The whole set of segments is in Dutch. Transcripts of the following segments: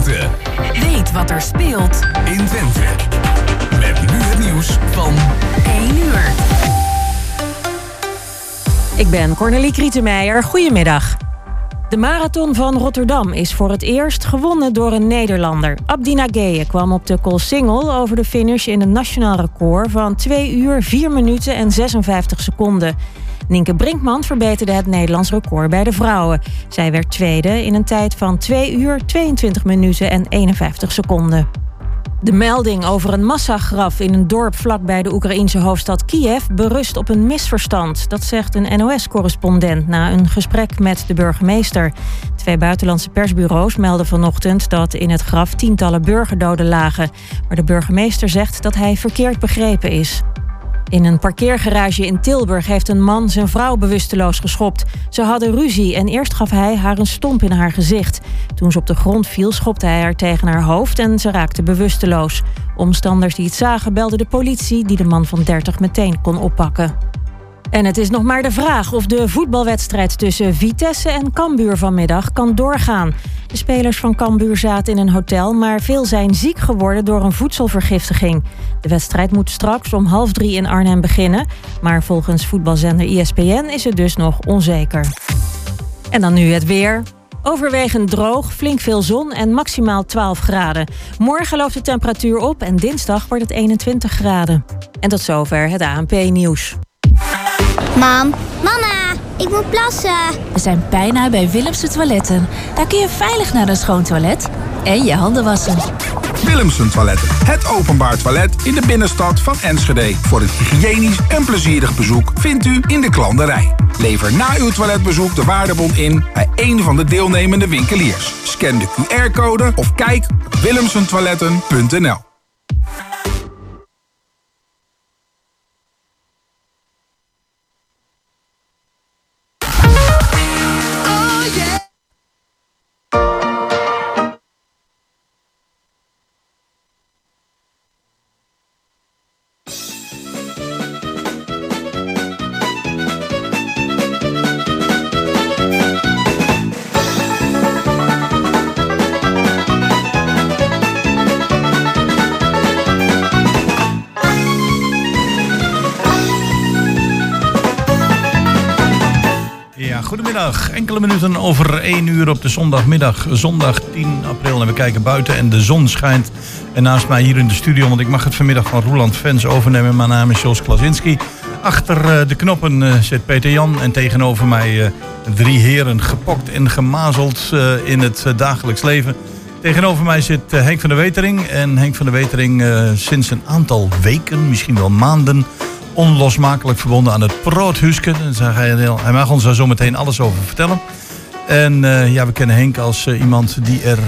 Drenthe. Weet wat er speelt in Drenthe. Met nu het nieuws van 1 uur. Ik ben Cornelie Krietenmeijer. Goedemiddag. De marathon van Rotterdam is voor het eerst gewonnen door een Nederlander. Abdi Nageye kwam op de Koolsingel over de finish in een nationaal record van 2 uur, 4 minuten en 56 seconden. Nienke Brinkman verbeterde het Nederlands record bij de vrouwen. Zij werd tweede in een tijd van 2 uur, 22 minuten en 51 seconden. De melding over een massagraf in een dorp vlakbij de Oekraïense hoofdstad Kiev berust op een misverstand. Dat zegt een NOS-correspondent na een gesprek met de burgemeester. 2 buitenlandse persbureaus melden vanochtend dat in het graf tientallen burgerdoden lagen. Maar de burgemeester zegt dat hij verkeerd begrepen is. In een parkeergarage in Tilburg heeft een man zijn vrouw bewusteloos geschopt. Ze hadden ruzie en eerst gaf hij haar een stomp in haar gezicht. Toen ze op de grond viel, schopte hij haar tegen haar hoofd en ze raakte bewusteloos. Omstanders die het zagen belden de politie, die de man van 30 meteen kon oppakken. En het is nog maar de vraag of de voetbalwedstrijd tussen Vitesse en Cambuur vanmiddag kan doorgaan. De spelers van Cambuur zaten in een hotel, maar veel zijn ziek geworden door een voedselvergiftiging. De wedstrijd moet straks om 2:30 in Arnhem beginnen, maar volgens voetbalzender ESPN is het dus nog onzeker. En dan nu het weer. Overwegend droog, flink veel zon en maximaal 12 graden. Morgen loopt de temperatuur op en dinsdag wordt het 21 graden. En tot zover het ANP-nieuws. Mam, mama, ik moet plassen. We zijn bijna bij Willemsen Toiletten. Daar kun je veilig naar een schoon toilet en je handen wassen. Willemsen Toiletten, het openbaar toilet in de binnenstad van Enschede. Voor een hygiënisch en plezierig bezoek vindt u in de klanderij. Lever na uw toiletbezoek de waardebon in bij een van de deelnemende winkeliers. Scan de QR-code of kijk op willemsentoiletten.nl. Goedemiddag, enkele minuten over 1 uur op de zondagmiddag, zondag 10 april. En we kijken buiten en de zon schijnt. En naast mij hier in de studio, want ik mag het vanmiddag van Roeland Fens overnemen. Mijn naam is Jos Klasinski. Achter de knoppen zit Peter Jan en tegenover mij 3 heren gepokt en gemazeld in het dagelijks leven. Tegenover mij zit Henk van der Wetering. En Henk van der Wetering sinds een aantal weken, misschien wel maanden, onlosmakelijk verbonden aan het Proothuske. Hij mag ons daar zo meteen alles over vertellen. En we kennen Henk als iemand die er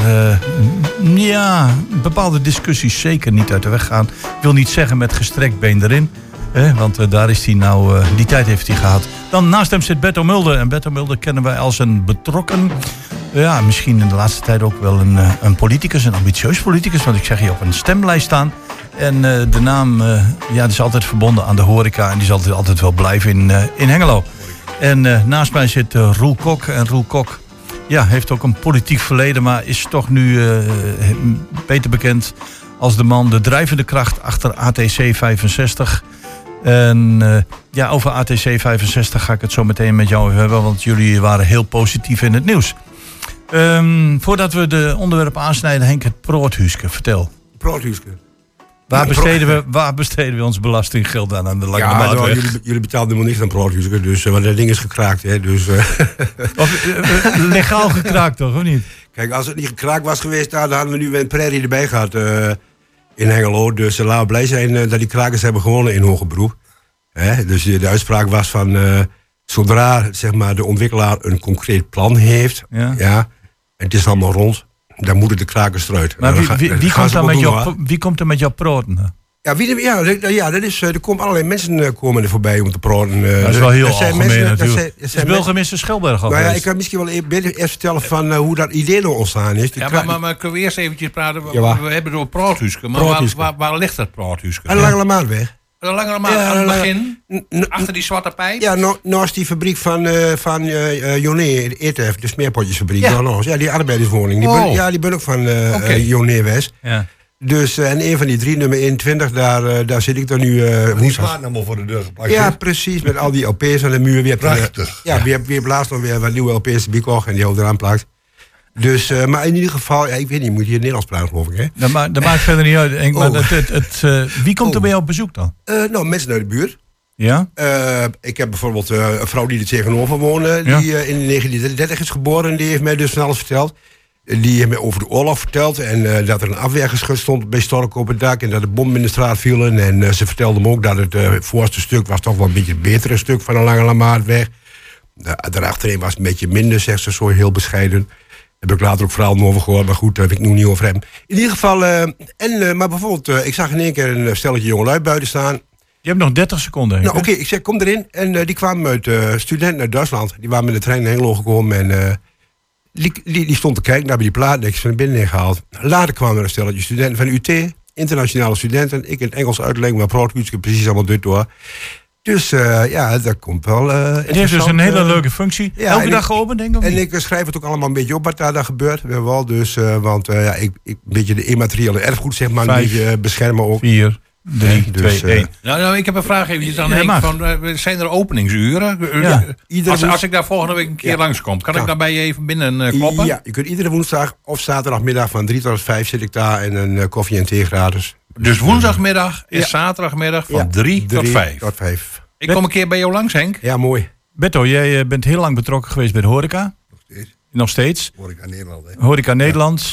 bepaalde discussies zeker niet uit de weg gaan. Ik wil niet zeggen met gestrekt been erin. Want daar is hij nou, die tijd heeft hij gehad. Dan naast hem zit Berto Mulder. En Berto Mulder kennen wij als een betrokken, misschien in de laatste tijd ook wel een politicus, een ambitieus politicus. Want ik zeg hier op een stemlijst staan. En de naam is altijd verbonden aan de horeca. En die zal altijd wel blijven in Hengelo. En naast mij zit Roel Kok. En Roel Kok heeft ook een politiek verleden, maar is toch nu beter bekend als de drijvende kracht achter ATC 65. En over ATC 65 ga ik het zo meteen met jou hebben, want jullie waren heel positief in het nieuws. Voordat we de onderwerpen aansnijden, Henk, het Proothuske. Vertel. Proothuske. Waar besteden we ons belastinggeld aan de Lange Maatweg? Jullie betalen helemaal niks aan Proothuske, dus want dat ding is gekraakt. Hè, dus, legaal gekraakt toch, of niet? Kijk, als het niet gekraakt was geweest, dan hadden we nu een prairie erbij gehad in Hengelo. Dus laten we blij zijn dat die krakers hebben gewonnen in hoger beroep. Dus de uitspraak was van zodra zeg maar, de ontwikkelaar een concreet plan heeft, en het is allemaal rond, dan moeten de krakers eruit. Maar wie komt er met jouw proten? Er komen allerlei mensen komen er voorbij om te praten. Dat is wel heel algemeen natuurlijk. Is burgemeester Schelberg al geweest? Ik kan misschien wel eerst vertellen van hoe dat idee nou ontstaan is. Maar kunnen we eerst eventjes praten? We hebben het over Proothuske. Maar waar ligt dat Proothuske? Aan de Lange Maatweg. Lange aan het begin? Achter die zwarte pijp? Ja, naast die fabriek van Joné, ETF, de smeerpotjesfabriek. Ja, die arbeiderswoning. Die ben ook van Joné West. Ja. Dus, en een van die 3, nummer 21, daar zit ik dan nu... die spaarnummer voor de deur geplakt. Ja, precies, met al die LP's aan de muur. Prachtig. Weer blaast nog weer wat nieuwe LP's de biek en die ook eraan plakt. Dus, maar in ieder geval, ik weet niet, moet je Nederlands praten, geloof ik, hè? Dat maakt verder niet uit. Maar wie komt er bij jou op bezoek dan? Mensen uit de buurt. Ja? Ik heb bijvoorbeeld een vrouw die er tegenover woonde, die in 1930 is geboren, die heeft mij dus van alles verteld. Die heeft mij over de oorlog verteld en dat er een afweergeschut stond bij Stork op het dak en dat de bommen in de straat vielen. En ze vertelde me ook dat het voorste stuk was toch wel een beetje het betere stuk van de Lange Lamaatweg. Daarachterin was het een beetje minder, zegt ze zo heel bescheiden. Daar heb ik later ook verhalen over gehoord, maar goed, daar heb ik nu niet over hem. In ieder geval, maar bijvoorbeeld, ik zag in één keer een stelletje jongelui buiten staan. Je hebt nog 30 seconden. Nou, oké, ik zeg, kom erin. En die kwamen uit studenten uit Duitsland. Die waren met de trein naar Hengelo gekomen en die stond te kijken, daar hebben die plaatdekjes van binnen gehaald. Later kwamen er een stelletje studenten van UT, internationale studenten. Ik in het Engels uitleggen, maar Prootkuutske precies allemaal dit door. Dus dat komt wel. Het heeft dus een hele leuke functie. Ja, elke dag geopend, denk ik. En ik schrijf het ook allemaal een beetje op wat daar gebeurt. Wel, dus, want ik een beetje de immateriële erfgoed, zeg maar, 5, een beetje beschermen ook. 4, 3, 2, 1. Nou, ik heb een vraag eventjes aan Henk. Zijn er openingsuren? Ja. Als ik daar volgende week een keer langskom, kan ik dan bij je even binnen kloppen? Ja, je kunt iedere woensdag of zaterdagmiddag van 3 tot 5 zit ik daar en een koffie en thee gratis. Dus woensdagmiddag is zaterdagmiddag van 3 tot 5. Ik kom een keer bij jou langs, Henk. Ja, mooi. Betto, jij bent heel lang betrokken geweest bij de horeca. Nog steeds. Horeca Nederland. Hè? Horeca Nederland.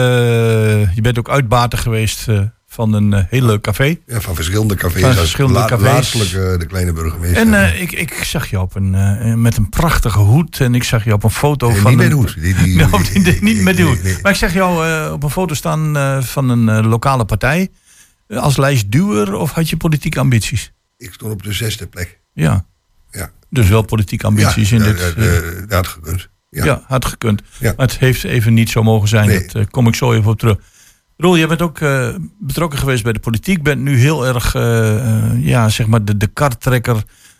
Je bent ook uitbater geweest van een heel leuk café. Ja, van verschillende cafés. Laatstelijk de kleine burgemeester. En ik zag je met een prachtige hoed. En ik zag je op een foto van... Niet met de hoed. Niet met de hoed. Nee. Maar ik zag jou op een foto staan van een lokale partij. Als lijstduwer, of had je politieke ambities? Ik stond op de 6e plek. Ja. Dus wel politieke ambities in dit... Dat had gekund. Ja, had gekund. Ja. Maar het heeft even niet zo mogen zijn. Nee. Dat kom ik zo even op terug. Roel, jij bent ook betrokken geweest bij de politiek. Bent nu heel erg zeg maar de karttrekker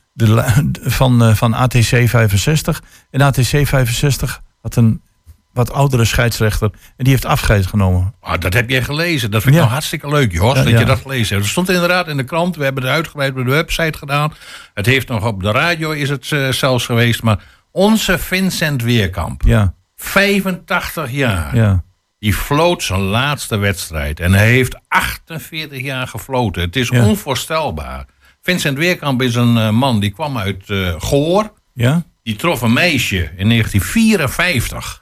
van ATC 65. En ATC 65 had een wat oudere scheidsrechter. En die heeft afscheid genomen. Dat heb jij gelezen. Dat vind ik nou hartstikke leuk, Jos, dat je dat gelezen hebt. Het stond inderdaad in de krant. We hebben het uitgebreid op de website gedaan. Het heeft nog op de radio is het zelfs geweest. Maar onze Vincent Weerkamp. 85 jaar. Ja. Die floot zijn laatste wedstrijd. En hij heeft 48 jaar gefloten. Het is onvoorstelbaar. Vincent Weerkamp is een man die kwam uit Goor. Ja. Die trof een meisje in 1954.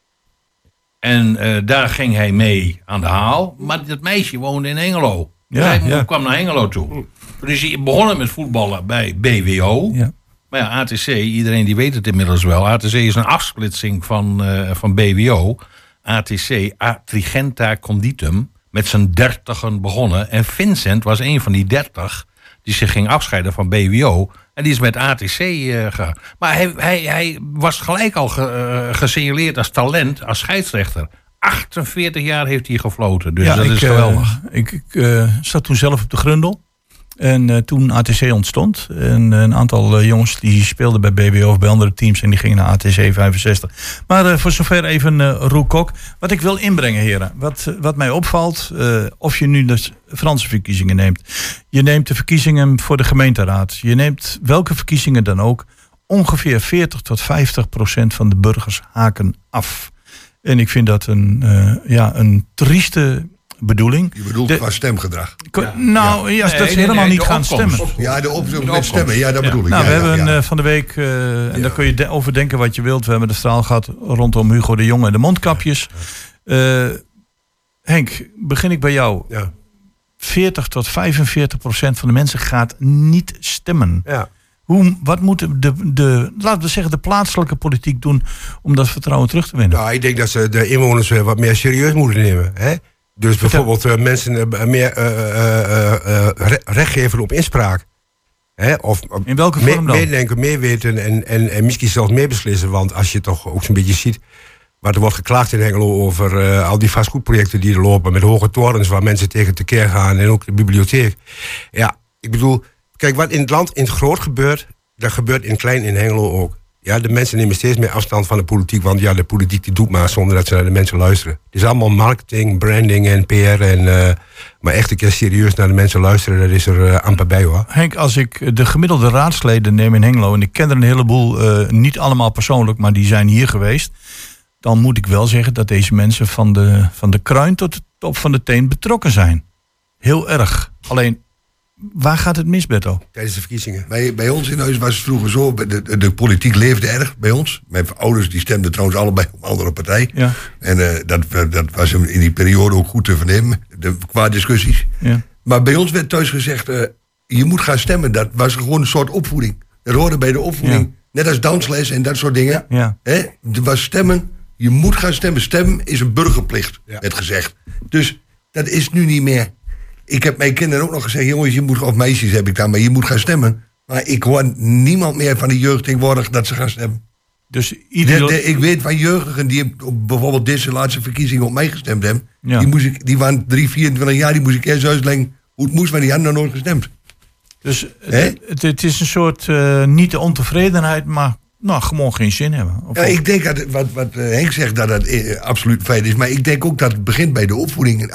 En daar ging hij mee aan de haal. Maar dat meisje woonde in Hengelo. Hij kwam naar Hengelo toe. Dus hij begon met voetballen bij BWO. Ja. Maar ja, ATC, iedereen die weet het inmiddels wel. ATC is een afsplitsing van BWO. ATC, Trigenta Conditum, met zijn 30 begonnen. En Vincent was een van die 30 die zich ging afscheiden van BWO. En die is met ATC gegaan. Maar hij was gelijk al gesignaleerd als talent, als scheidsrechter. 48 jaar heeft hij gefloten, dus dat is geweldig. Ik zat toen zelf op de Grundel. En toen ATC ontstond. En een aantal jongens die speelden bij BBO of bij andere teams. En die gingen naar ATC 65. Maar voor zover even Roel Kok. Wat ik wil inbrengen, heren. Wat mij opvalt. Of je nu de Franse verkiezingen neemt. Je neemt de verkiezingen voor de gemeenteraad. Je neemt welke verkiezingen dan ook. Ongeveer 40 tot 50% van de burgers haken af. En ik vind dat een trieste bedoeling. Je bedoelt qua stemgedrag. Dat ze helemaal niet gaan stemmen. Ja, de opkomst met stemmen. Ja, dat bedoel ik. Nou, we hebben van de week, en daar kun je over denken wat je wilt. We hebben de straal gehad rondom Hugo de Jonge en de mondkapjes. Henk, begin ik bij jou. Ja. 40 tot 45% van de mensen gaat niet stemmen. Ja. Wat moet laten we zeggen, de plaatselijke politiek doen om dat vertrouwen terug te winnen? Nou, ik denk dat ze de inwoners wat meer serieus moeten nemen. Hè? Dus bijvoorbeeld mensen meer recht geven op inspraak. Hè? Of in welke vorm dan? Meedenken, meeweten en misschien zelfs meer beslissen. Want als je toch ook zo'n beetje ziet wat er wordt geklaagd in Hengelo over al die vastgoedprojecten die er lopen met hoge torens waar mensen tegen tekeer gaan en ook de bibliotheek. Ja, Ik bedoel, kijk, wat in het land in het groot gebeurt, dat gebeurt in het klein in Hengelo ook. Ja, de mensen nemen steeds meer afstand van de politiek, want ja, de politiek die doet maar zonder dat ze naar de mensen luisteren. Het is allemaal marketing, branding en PR. Maar echt een keer serieus naar de mensen luisteren, dat is er amper bij, hoor. Henk, als ik de gemiddelde raadsleden neem in Hengelo, en ik ken er een heleboel, niet allemaal persoonlijk, maar die zijn hier geweest, dan moet ik wel zeggen dat deze mensen van de kruin tot de top van de teen betrokken zijn. Heel erg. Alleen, waar gaat het mis, Berto? Tijdens de verkiezingen. Bij ons in huis was het vroeger zo, de politiek leefde erg bij ons. Mijn ouders die stemden trouwens allebei op een andere partij. Ja. En dat was in die periode ook goed te vernemen, qua discussies. Ja. Maar bij ons werd thuis gezegd, je moet gaan stemmen. Dat was gewoon een soort opvoeding. Dat hoorde bij de opvoeding. Ja. Net als dansles en dat soort dingen. Ja. Er was stemmen, je moet gaan stemmen. Stemmen is een burgerplicht, werd gezegd. Dus dat is nu niet meer. Ik heb mijn kinderen ook nog gezegd, jongens, je moet, of meisjes heb ik dan, maar je moet gaan stemmen. Maar ik hoor niemand meer van de jeugd tegenwoordig dat ze gaan stemmen. Dus ik weet van jeugdigen die bijvoorbeeld deze laatste verkiezingen op mij gestemd hebben. Ja. Die waren 24 jaar, die moest ik eerst uitleggen hoe het moest, maar die hadden nog nooit gestemd. Dus het is een soort niet de ontevredenheid, maar gewoon geen zin hebben. Ja, ik denk dat wat Henk zegt, dat het absoluut feit is. Maar ik denk ook dat het begint bij de opvoeding.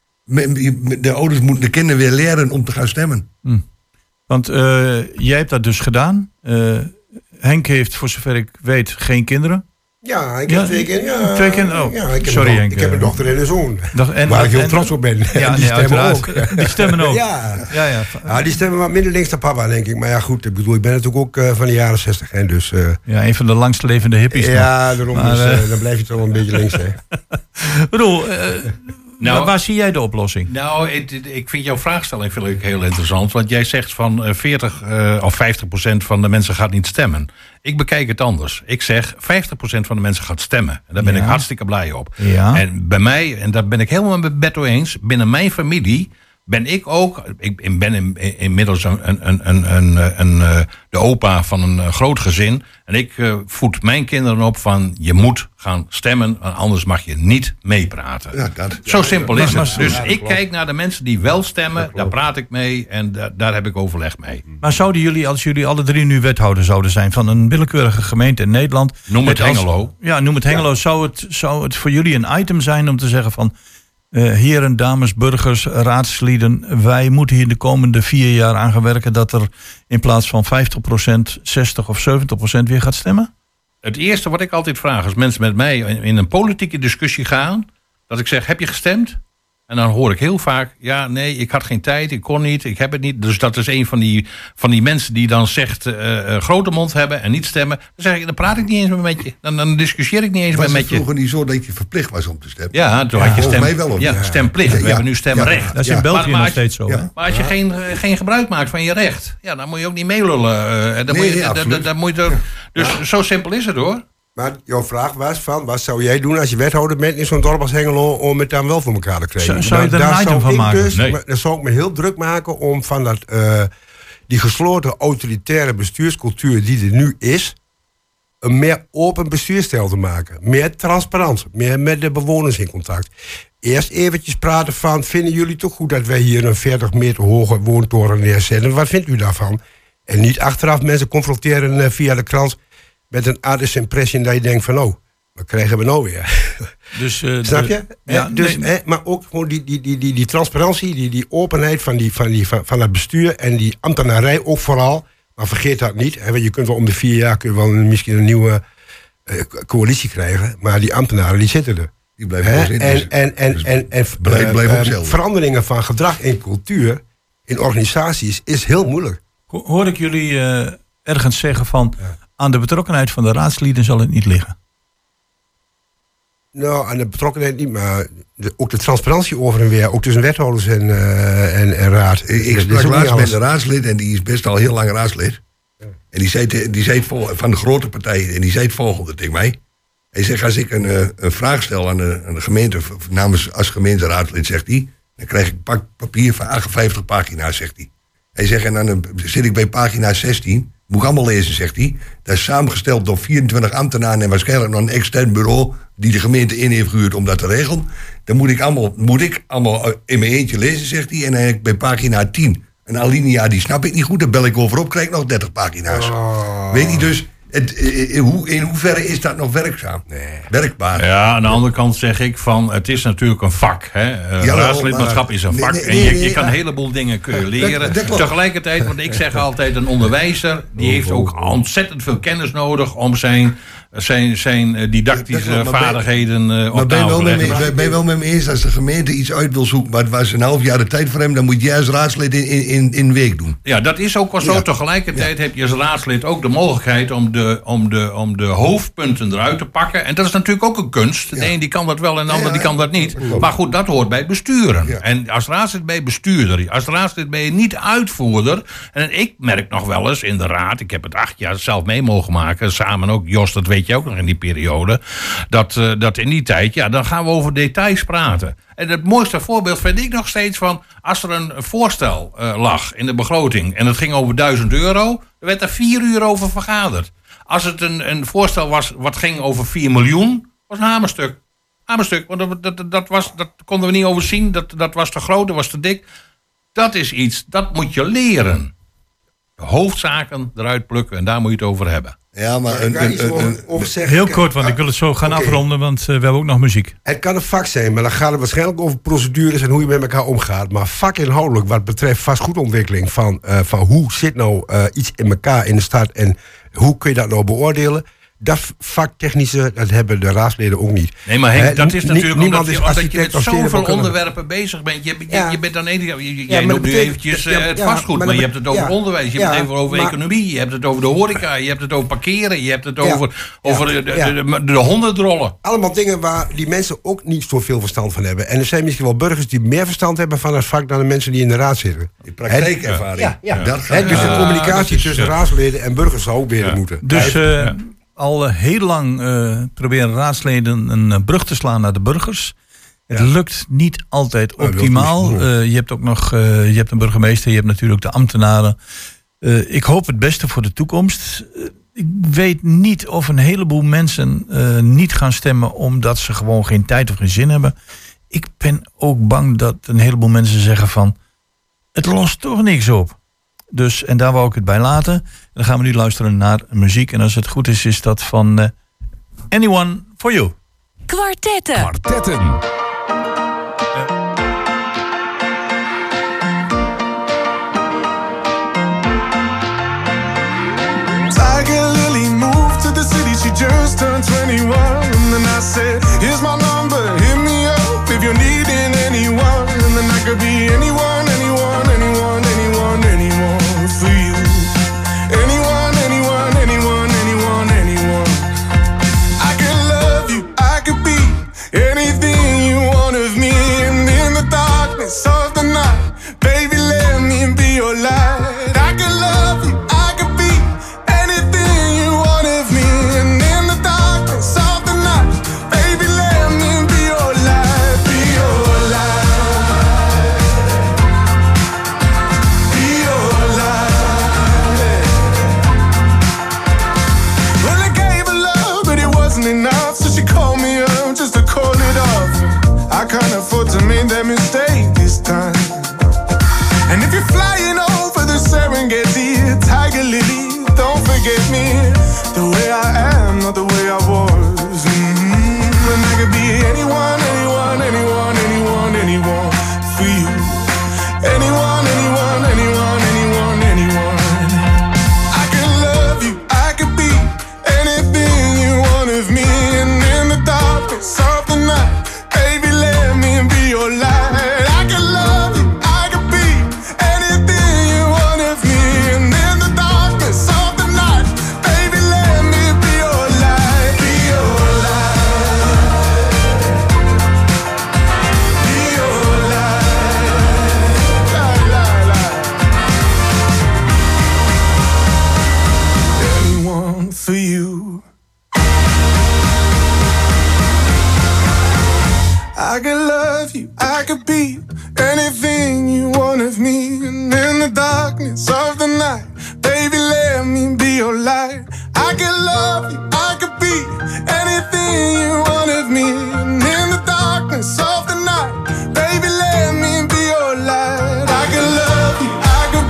De ouders moeten de kinderen weer leren om te gaan stemmen. Want jij hebt dat dus gedaan. Henk heeft, voor zover ik weet, geen kinderen. Ja, ik heb 2 kinderen. Ja, 2 kinderen? Oh, ja, Henk. Ik heb een dochter en een zoon. Waar ik heel trots op ben. Ja, die stemmen ook. Die stemmen ook. Ja, die stemmen wat minder links dan papa, denk ik. Maar ja, goed, ik bedoel, ik ben natuurlijk ook van de jaren 60. Hè, dus, ja, een van de langst levende hippies. Ja, daarom dan blijf je toch wel een beetje links. Hè. Ik bedoel, waar zie jij de oplossing? Nou, ik vind jouw vraagstelling heel interessant. Want jij zegt van 40 of 50% van de mensen gaat niet stemmen. Ik bekijk het anders. Ik zeg 50% van de mensen gaat stemmen. En daar ben ik hartstikke blij op. Ja. En bij mij, en daar ben ik helemaal met Berto eens, binnen mijn familie ben ik ook. Ik ben inmiddels de opa van een groot gezin. En ik voed mijn kinderen op van je moet gaan stemmen, anders mag je niet meepraten. Ja, zo simpel is het. Dus ik kijk naar de mensen die wel stemmen, daar praat ik mee en daar heb ik overleg mee. Maar zouden jullie, als jullie alle 3 nu wethouder zouden zijn van een willekeurige gemeente in Nederland, noem het Hengelo. Noem het Hengelo. Zou het voor jullie een item zijn om te zeggen van heren, dames, burgers, raadslieden, wij moeten hier de komende 4 jaar aan gaan werken dat er in plaats van 50%, 60 of 70% weer gaat stemmen? Het eerste wat ik altijd vraag als mensen met mij in een politieke discussie gaan, dat ik zeg, heb je gestemd? En dan hoor ik heel vaak, ja, nee, ik had geen tijd, ik kon niet, ik heb het niet. Dus dat is een van die mensen die dan zegt grote mond hebben en niet stemmen. Dan zeg ik, dan praat ik niet eens meer met je. Dan discussieer ik niet eens meer met je. Was het vroeger niet zo dat je verplicht was om te stemmen? Ja, toen had je stemplicht. We hebben nu stemrecht. Dat is in België nog steeds zo. Ja. Maar als je geen gebruik maakt van je recht, ja, dan moet je ook niet meelullen. Dus zo simpel is het, hoor. Maar jouw vraag was van, wat zou jij doen als je wethouder bent in zo'n dorp als Hengelo om het dan wel voor elkaar te krijgen? Zou je er een item van maken? Dan zou ik me heel druk maken om van die gesloten autoritaire bestuurscultuur die er nu is, een meer open bestuurstijl te maken. Meer transparant, meer met de bewoners in contact. Eerst eventjes praten van, vinden jullie toch goed dat wij hier een 40 meter hoge woontoren neerzetten? Wat vindt u daarvan? En niet achteraf mensen confronteren via de krant met een artist impression dat je denkt van, oh, wat krijgen we nou weer? Dus, snap je? Maar ook gewoon die transparantie, die openheid van het bestuur en die ambtenarij ook vooral. Maar vergeet dat niet. Hè, want je kunt wel om de 4 jaar misschien een nieuwe coalitie krijgen. Maar die ambtenaren die zitten er. Die blijven zitten. En veranderingen van gedrag en cultuur in organisaties is heel moeilijk. Hoor ik jullie ergens zeggen van, aan de betrokkenheid van de raadslieden zal het niet liggen? Nou, aan de betrokkenheid niet, maar ook de transparantie over en weer, ook tussen wethouders en raad. Ik sprak laatst met een raadslid en die is best al heel lang raadslid. Ja. En die zei van de grote partijen, en die zei het volgende tegen mij. Hij zegt, als ik een vraag stel aan de gemeente, namens als gemeenteraadslid, zegt hij, dan krijg ik een papier van 58 pagina's, zegt hij. Hij zegt, en dan zit ik bij pagina 16, moet ik allemaal lezen, zegt hij. Dat is samengesteld door 24 ambtenaren en waarschijnlijk nog een extern bureau die de gemeente in heeft gehuurd om dat te regelen. Dan moet ik allemaal in mijn eentje lezen, zegt hij. En dan heb ik bij pagina 10 Een alinea, die snap ik niet goed. Daar bel ik overop, krijg ik nog 30 pagina's. Weet je, dus in hoeverre is dat nog werkzaam? Werkbaar. Ja, aan de andere kant zeg ik van, het is natuurlijk een vak. Raadslidmaatschap is een vak. En je kan een heleboel dingen leren. Tegelijkertijd, want ik zeg altijd, een onderwijzer, die heeft ook ontzettend veel kennis nodig om zijn didactische vaardigheden op tafel te leggen. Ben je wel met me eens, als de gemeente iets uit wil zoeken, maar het was een half jaar de tijd voor hem, dan moet jij als raadslid in een week doen. Ja, dat is ook wel zo. Ja. Tegelijkertijd heb je als raadslid ook de mogelijkheid om de hoofdpunten eruit te pakken. En dat is natuurlijk ook een kunst. De een die kan dat wel en de ander die kan dat niet. Maar goed, dat hoort bij besturen. Ja. En als raadslid ben je bestuurder. Als raadslid ben je niet uitvoerder. En ik merk nog wel eens in de raad, ik heb het 8 jaar zelf mee mogen maken, samen ook, Jos, dat weet je ook nog in die periode, dat in die tijd, dan gaan we over details praten. En het mooiste voorbeeld vind ik nog steeds van, als er een voorstel lag in de begroting en het ging over €1000, dan werd er 4 uur over vergaderd. Als het een voorstel was wat ging over 4 miljoen, was een hamerstuk. Want dat konden we niet overzien, dat was te groot, dat was te dik. Dat is iets, dat moet je leren. De hoofdzaken eruit plukken en daar moet je het over hebben. Ja, maar heel kort, want ik wil het zo gaan afronden, want we hebben ook nog muziek. Het kan een vak zijn, maar dan gaat het waarschijnlijk over procedures en hoe je met elkaar omgaat. Maar vakinhoudelijk, wat betreft vastgoedontwikkeling, van hoe zit nou iets in elkaar in de stad en hoe kun je dat nou beoordelen? Dat vaktechnische, dat hebben de raadsleden ook niet. Nee, maar Henk, dat is natuurlijk omdat je met zoveel onderwerpen bezig bent. Je bent dan jij noemt nu eventjes het vastgoed, maar je hebt het over onderwijs, je hebt het even over economie, je hebt het over de horeca, je hebt het over parkeren, je hebt het over de hondendrollen. Allemaal dingen waar die mensen ook niet zoveel verstand van hebben. En er zijn misschien wel burgers die meer verstand hebben van het vak dan de mensen die in de raad zitten. Die praktijkervaring. Dus de communicatie tussen raadsleden en burgers zou ook weer moeten. Dus al heel lang proberen raadsleden een brug te slaan naar de burgers. Het lukt niet altijd optimaal. Je hebt ook nog je hebt een burgemeester, je hebt natuurlijk de ambtenaren. Ik hoop het beste voor de toekomst. Ik weet niet of een heleboel mensen niet gaan stemmen omdat ze gewoon geen tijd of geen zin hebben. Ik ben ook bang dat een heleboel mensen zeggen van, het lost toch niks op. Dus, en daar wou ik het bij laten. Dan gaan we nu luisteren naar muziek. En als het goed is, is dat van Anyone for You. Kwartetten. Tiger Lily moved to the city, she just turned 21. And then I said, here's my number, hit me up if you're needing anyone. And then I could be anyone for you. Anyone. I could love you, I could be anything you want of me. And in the darkness of the night, baby, let me be your light. I could love you, I could be anything you want of me. And in the darkness of the night, baby, let me be your light, be your light, be your light. Well, I gave her love, but it wasn't enough, so she called me up just to call it off. I can't afford to make that mistake this time. And if you're flying over the Serengeti, Tiger Lily, don't forget me. The way I am, not the way I was. And I could be anyone for you. Anyone. I could love you, I could be anything you want of me. And in the darkness of the night, baby, let me be your light. I could love you, I could be anything you want of me. And in the darkness of the night, baby, let me be your light, be your light, be your light, anyone for you. I could love you, I could be anything you want of me. And in the darkness of the night, baby, let me be your light. I could love you, I could be anything you want of me. And in the darkness of the night, baby, let me be your light. I could love you, I could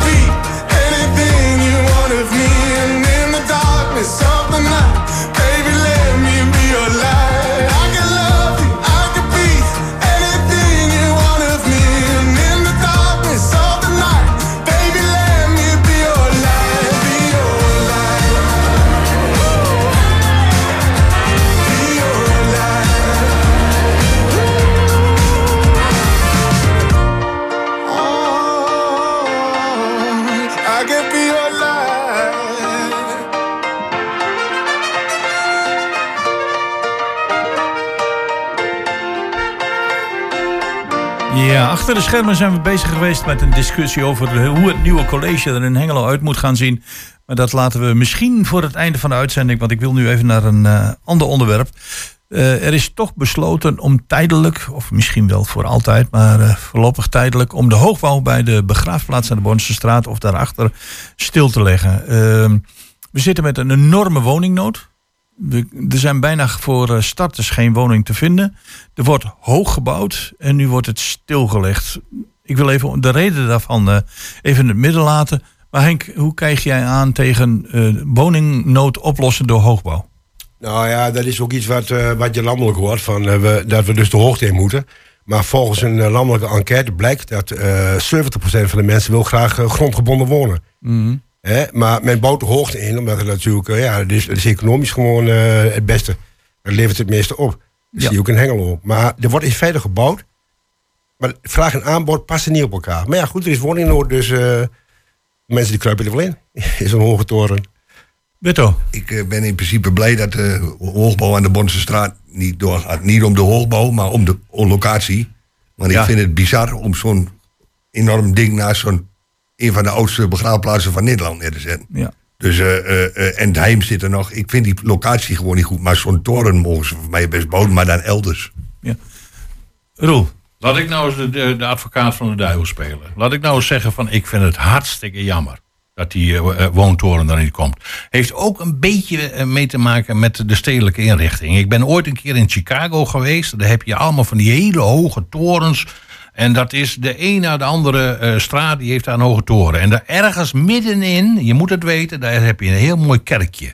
Ja, achter de schermen zijn we bezig geweest met een discussie over hoe het nieuwe college er in Hengelo uit moet gaan zien. Maar dat laten we misschien voor het einde van de uitzending, want ik wil nu even naar een ander onderwerp. Er is toch besloten om tijdelijk, of misschien wel voor altijd, maar voorlopig tijdelijk, om de hoogbouw bij de begraafplaats aan de Bornsestraat of daarachter stil te leggen. We zitten met een enorme woningnood. Er zijn bijna voor starters geen woning te vinden. Er wordt hoog gebouwd en nu wordt het stilgelegd. Ik wil even de reden daarvan even in het midden laten. Maar Henk, hoe kijk jij aan tegen woningnood oplossen door hoogbouw? Nou ja, dat is ook iets wat je landelijk hoort, dat we dus de hoogte in moeten. Maar volgens een landelijke enquête blijkt dat 70% van de mensen wil graag grondgebonden wonen. Mm-hmm. Maar men bouwt de hoogte in, omdat het natuurlijk, het is economisch gewoon het beste. Dat levert het meeste op. Dat zie je ook in Hengelo. Maar er wordt in feite gebouwd, maar vraag en aanbod passen niet op elkaar. Maar ja, goed, er is woningnood, dus mensen die kruipen er wel in zo'n hoge toren. Beto? Ik ben in principe blij dat de hoogbouw aan de Bornsestraat niet doorgaat. Niet om de hoogbouw, maar om de locatie. Want ik vind het bizar om zo'n enorm ding naast een van de oudste begraafplaatsen van Nederland neer te zetten. Ja. Dus, en het Heim zit er nog. Ik vind die locatie gewoon niet goed. Maar zo'n toren mogen ze voor mij best bouwen, maar dan elders. Ja. Roel? Laat ik nou eens de advocaat van de duivel spelen. Laat ik nou eens zeggen van, ik vind het hartstikke jammer dat die woontoren er niet komt. Heeft ook een beetje mee te maken met de stedelijke inrichting. Ik ben ooit een keer in Chicago geweest. Daar heb je allemaal van die hele hoge torens. En dat is de een na de andere straat, die heeft daar een hoge toren. En daar ergens middenin, je moet het weten, daar heb je een heel mooi kerkje.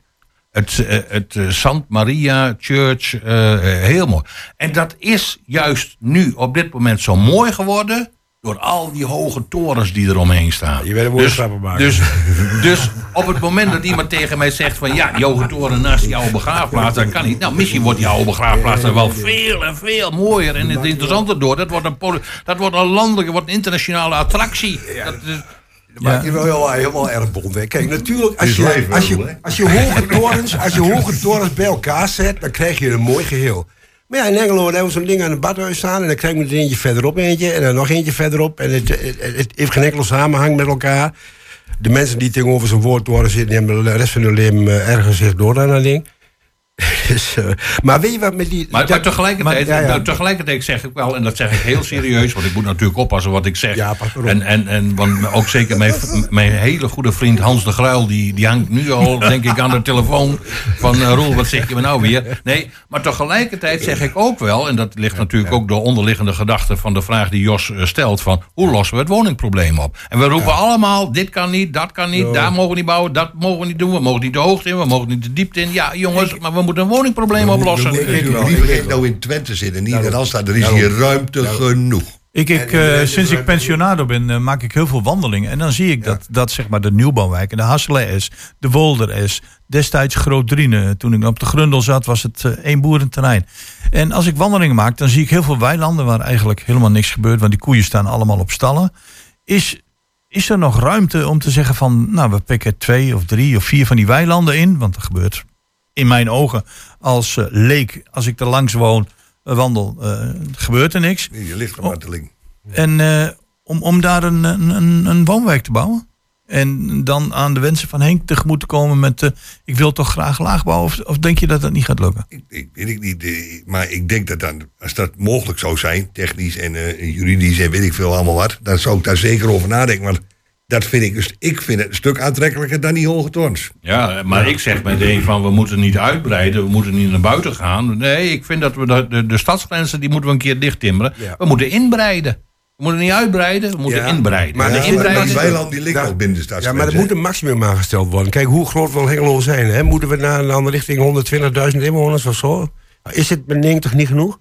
Het Sant Maria Church, heel mooi. En dat is juist nu op dit moment zo mooi geworden door al die hoge torens die er omheen staan. Je weet een mooie grappen maken. Dus op het moment dat iemand tegen mij zegt van ja, die hoge toren naast die oude begraafplaats, dat kan niet. Nou, misschien wordt die oude begraafplaats er wel veel en veel mooier en het interessanter door. Dat wordt een landelijke, wordt een internationale attractie. Ja. Dat maakt je wel helemaal erg bond. Hè. Kijk, natuurlijk, als je hoge torens bij elkaar zet, dan krijg je een mooi geheel. Maar ja, in Hengelo hebben we zo'n ding aan het badhuis staan en dan krijg je er eentje verderop eentje en dan nog eentje verderop. En het heeft geen enkele samenhang met elkaar. De mensen die tegenover zo'n woordtoren zitten, die hebben de rest van hun leven ergens zich door aan dat ding. Dus, maar weet je wat met die... Maar tegelijkertijd zeg ik wel, en dat zeg ik heel serieus, want ik moet natuurlijk oppassen wat ik zeg. Ja, want ook zeker mijn hele goede vriend Hans de Gruil, die hangt nu al, denk ik, aan de telefoon van Roel, wat zeg je me nou weer? Nee, maar tegelijkertijd zeg ik ook wel, en dat ligt natuurlijk ook de onderliggende gedachte van de vraag die Jos stelt, van hoe lossen we het woningprobleem op? En we roepen allemaal, dit kan niet, dat kan niet, daar mogen we niet bouwen, dat mogen we niet doen, we mogen niet de hoogte in, we mogen niet de diepte in. Ja, jongens, maar we moeten een woningprobleem oplossen. Wie nou in Twente zit en niet in Randstad, er is hier ruimte genoeg. Sinds ik pensionator ben, maak ik heel veel wandelingen. En dan zie ik dat zeg maar de nieuwbouwwijken, de Hasselen-S, de Wolder-S, destijds Groot-Driene. Toen ik op de Grundel zat, was het één boerenterrein. En als ik wandelingen maak, dan zie ik heel veel weilanden waar eigenlijk helemaal niks gebeurt, want die koeien staan allemaal op stallen. Is er nog ruimte om te zeggen van, nou, we pikken 2 of 3 of 4 van die weilanden in, want er gebeurt in mijn ogen als leek, als ik er langs wandel, gebeurt er niks. Je ligt er maar te link. En om daar een woonwijk te bouwen. En dan aan de wensen van Henk tegemoet te komen met ik wil toch graag laag bouwen, of denk je dat dat niet gaat lukken? Ik weet het niet, maar ik denk dat dan, als dat mogelijk zou zijn, technisch en juridisch en weet ik veel allemaal wat, dan zou ik daar zeker over nadenken. Want dat vind ik, dus ik vind het een stuk aantrekkelijker dan die hoge torens. Ja, maar ik zeg meteen van, we moeten niet uitbreiden, we moeten niet naar buiten gaan. Nee, ik vind dat we de stadsgrenzen, die moeten we een keer dicht timmeren. Ja. We moeten inbreiden. We moeten niet uitbreiden, we moeten inbreiden. Maar die weiland die ligt al binnen de stadsgrenzen. Ja, maar er moet een maximum aangesteld worden. Kijk, hoe groot wil Hengelo zijn? Hè? Moeten we naar een andere richting 120.000 inwoners of zo? Is het met 90 niet genoeg?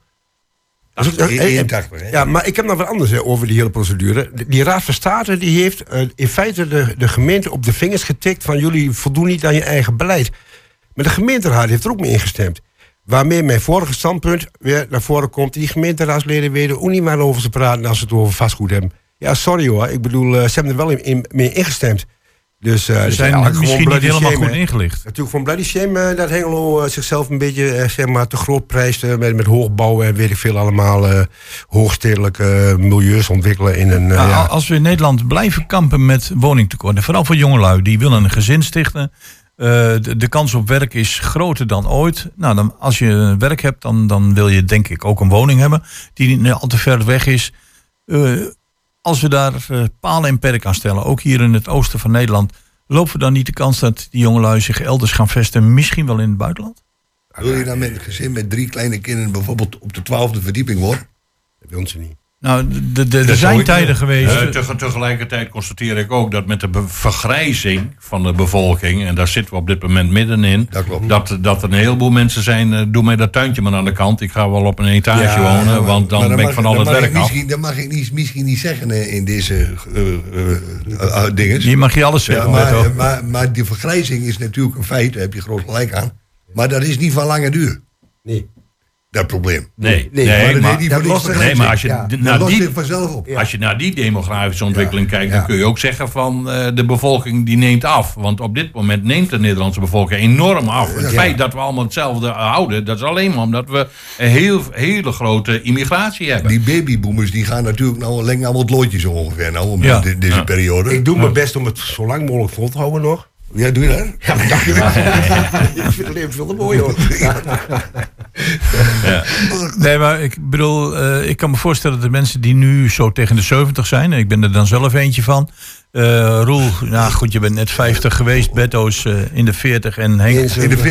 Ja, maar ik heb nog wat anders over die hele procedure. Die Raad van State die heeft in feite de gemeente op de vingers getikt van jullie voldoen niet aan je eigen beleid. Maar de gemeenteraad heeft er ook mee ingestemd. Waarmee mijn vorige standpunt weer naar voren komt. Die gemeenteraadsleden weten ook niet meer over ze praten als ze het over vastgoed hebben. Ja, sorry hoor. Ik bedoel, ze hebben er wel mee ingestemd. Dus Ze zijn misschien niet helemaal goed ingelicht. Natuurlijk van bloody shame dat Hengelo zichzelf een beetje zeg maar, te groot prijst met hoogbouw en weet ik veel allemaal hoogstedelijke milieus ontwikkelen in een... Als we in Nederland blijven kampen met woningtekort, en vooral voor jongelui, die willen een gezin stichten. De kans op werk is groter dan ooit. Nou, als je werk hebt, dan wil je denk ik ook een woning hebben die niet al te ver weg is. Als we daar palen en perken aan stellen, ook hier in het oosten van Nederland, lopen we dan niet de kans dat die jongelui zich elders gaan vestigen, misschien wel in het buitenland? Wil je dan met een gezin met 3 kleine kinderen bijvoorbeeld op de 12e verdieping wonen? Dat wil ze niet. Nou, er zijn tijden geweest. Tegelijkertijd constateer ik ook dat met de vergrijzing van de bevolking, en daar zitten we op dit moment middenin, dat er een heleboel mensen zijn, doe mij dat tuintje maar aan de kant, ik ga wel op een etage wonen, want dan ben ik van al het werk af. Dat mag ik misschien niet zeggen in deze dingen. Hier mag je alles zeggen. Maar die vergrijzing is natuurlijk een feit, daar heb je groot gelijk aan. Maar dat is niet van lange duur. Nee. Dat probleem. Nee, maar als je vanzelf op. Als je naar die demografische ontwikkeling kijkt, dan kun je ook zeggen van de bevolking die neemt af. Want op dit moment neemt de Nederlandse bevolking enorm af. Het feit dat we allemaal hetzelfde houden, dat is alleen maar omdat we een hele grote immigratie hebben. Die babyboomers die gaan natuurlijk nou alleen allemaal het loodje zo ongeveer nou, deze periode. Ik doe mijn best om het zo lang mogelijk vol te houden nog. Ja, doe je dat? Ja, maar dacht je wel. Ik vind het leven veel te mooi, hoor. Ja. Nee, maar ik bedoel, ik kan me voorstellen dat de mensen die nu zo tegen de 70 zijn, en ik ben er dan zelf eentje van. Roel, nou goed, je bent net 50 geweest, Betto's in de 40 en Henk in de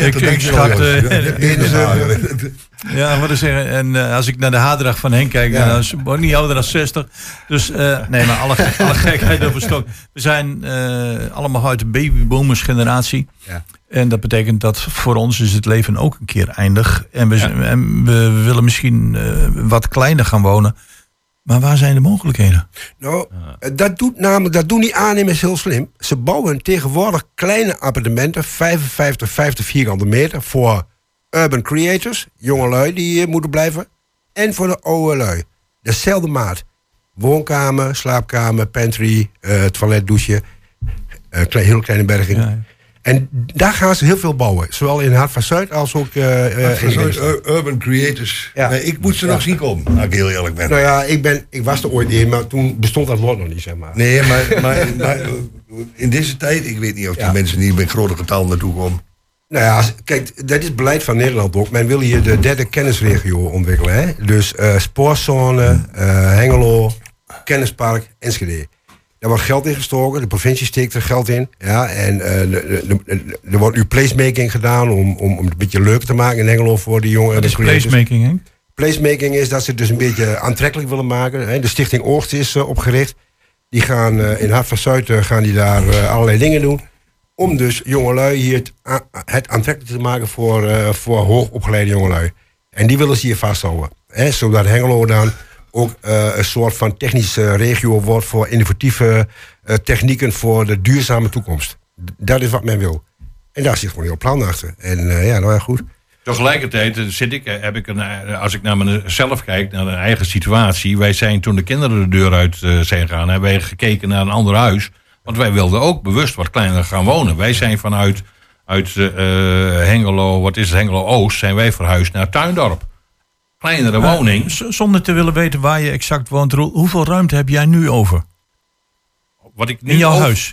40. Ja, wat ik zeggen. En als ik naar de haardracht van Henk kijk, dan is het niet ouder dan 60. Dus nee, maar alle gekheid op een stok. We zijn allemaal uit de babyboomers generatie. Ja. En dat betekent dat voor ons is het leven ook een keer eindig. En we willen misschien wat kleiner gaan wonen. Maar waar zijn de mogelijkheden? Nou, dat doen die aannemers heel slim. Ze bouwen tegenwoordig kleine appartementen, 55, 50 vierkante meter, voor urban creators, jongelui die moeten blijven, en voor de oude lui. Dezelfde maat. Woonkamer, slaapkamer, pantry, toilet, douche, heel kleine berging. Ja. En daar gaan ze heel veel bouwen. Zowel in Hart van Zuid als ook in Zuid. Urban creators. Ja. Nee, ik moet ze nog zien komen, als ik heel eerlijk ben. Nou ja, ik was er ooit in, maar toen bestond dat woord nog niet, zeg maar. Nee, maar in deze tijd, ik weet niet of die mensen niet met grote getallen naartoe komen. Nou ja, kijk, dat is beleid van Nederland ook. Men wil hier de 3e kennisregio ontwikkelen. Hè? Dus spoorzone, Hengelo, kennispark, Enschede. Daar wordt geld in gestoken, de provincie steekt er geld in. Ja, en er wordt nu placemaking gedaan om het een beetje leuker te maken in Hengelo voor die jongeren. Wat is placemaking, hè? Placemaking is dat ze het dus een beetje aantrekkelijk willen maken. Hè? De Stichting Oogst is opgericht. Die gaan in Hart van Zuid gaan die daar allerlei dingen doen. Om dus jongelui hier het aantrekkelijk te maken voor hoogopgeleide jongelui. En die willen ze hier vasthouden. Hè? Zodat Hengelo dan ook een soort van technische regio wordt voor innovatieve technieken voor de duurzame toekomst. Dat is wat men wil. En daar zit gewoon heel plan achter. En nou ja, goed. Tegelijkertijd als ik naar mezelf kijk, naar een eigen situatie. Wij zijn toen de kinderen de deur uit zijn gegaan, hebben wij gekeken naar een ander huis. Want wij wilden ook bewust wat kleiner gaan wonen. Wij zijn vanuit Hengelo, wat is het, Hengelo-Oost, zijn wij verhuisd naar Tuindorp. Kleinere woning. Zonder te willen weten waar je exact woont, Roel, hoeveel ruimte heb jij nu over? Wat ik nu in jouw huis?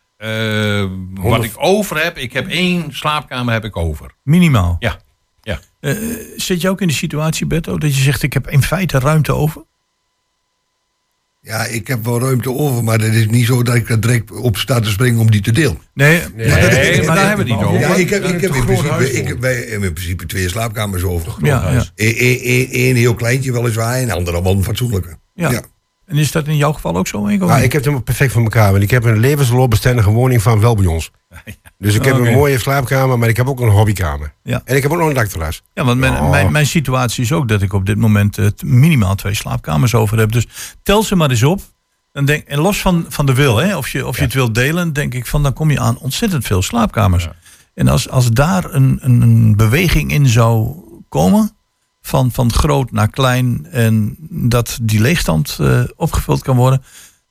Wat ik over heb, ik heb 1 slaapkamer heb ik over. Minimaal? Ja. Zit je ook in de situatie, Betto, dat je zegt ik heb in feite ruimte over? Ja, ik heb wel ruimte over, maar het is niet zo dat ik er direct op sta te springen om die te delen. Nee, maar daar hebben we het niet over. Ja, ik heb in principe 2 slaapkamers over. Ja. Eén heel kleintje weliswaar en de andere man fatsoenlijke. Ja. En is dat in jouw geval ook zo? Ja, ik heb het perfect voor elkaar. Want ik heb een levensloopbestendige woning van wel bij ons. Dus ik heb een mooie slaapkamer, maar ik heb ook een hobbykamer. Ja. En ik heb ook nog een dakterras. Ja, want mijn situatie is ook dat ik op dit moment minimaal 2 slaapkamers over heb. Dus tel ze maar eens op. En los van de wil, hè, of je het wilt delen, denk ik van dan kom je aan ontzettend veel slaapkamers. Ja. En als daar een beweging in zou komen, van groot naar klein, en dat die leegstand opgevuld kan worden,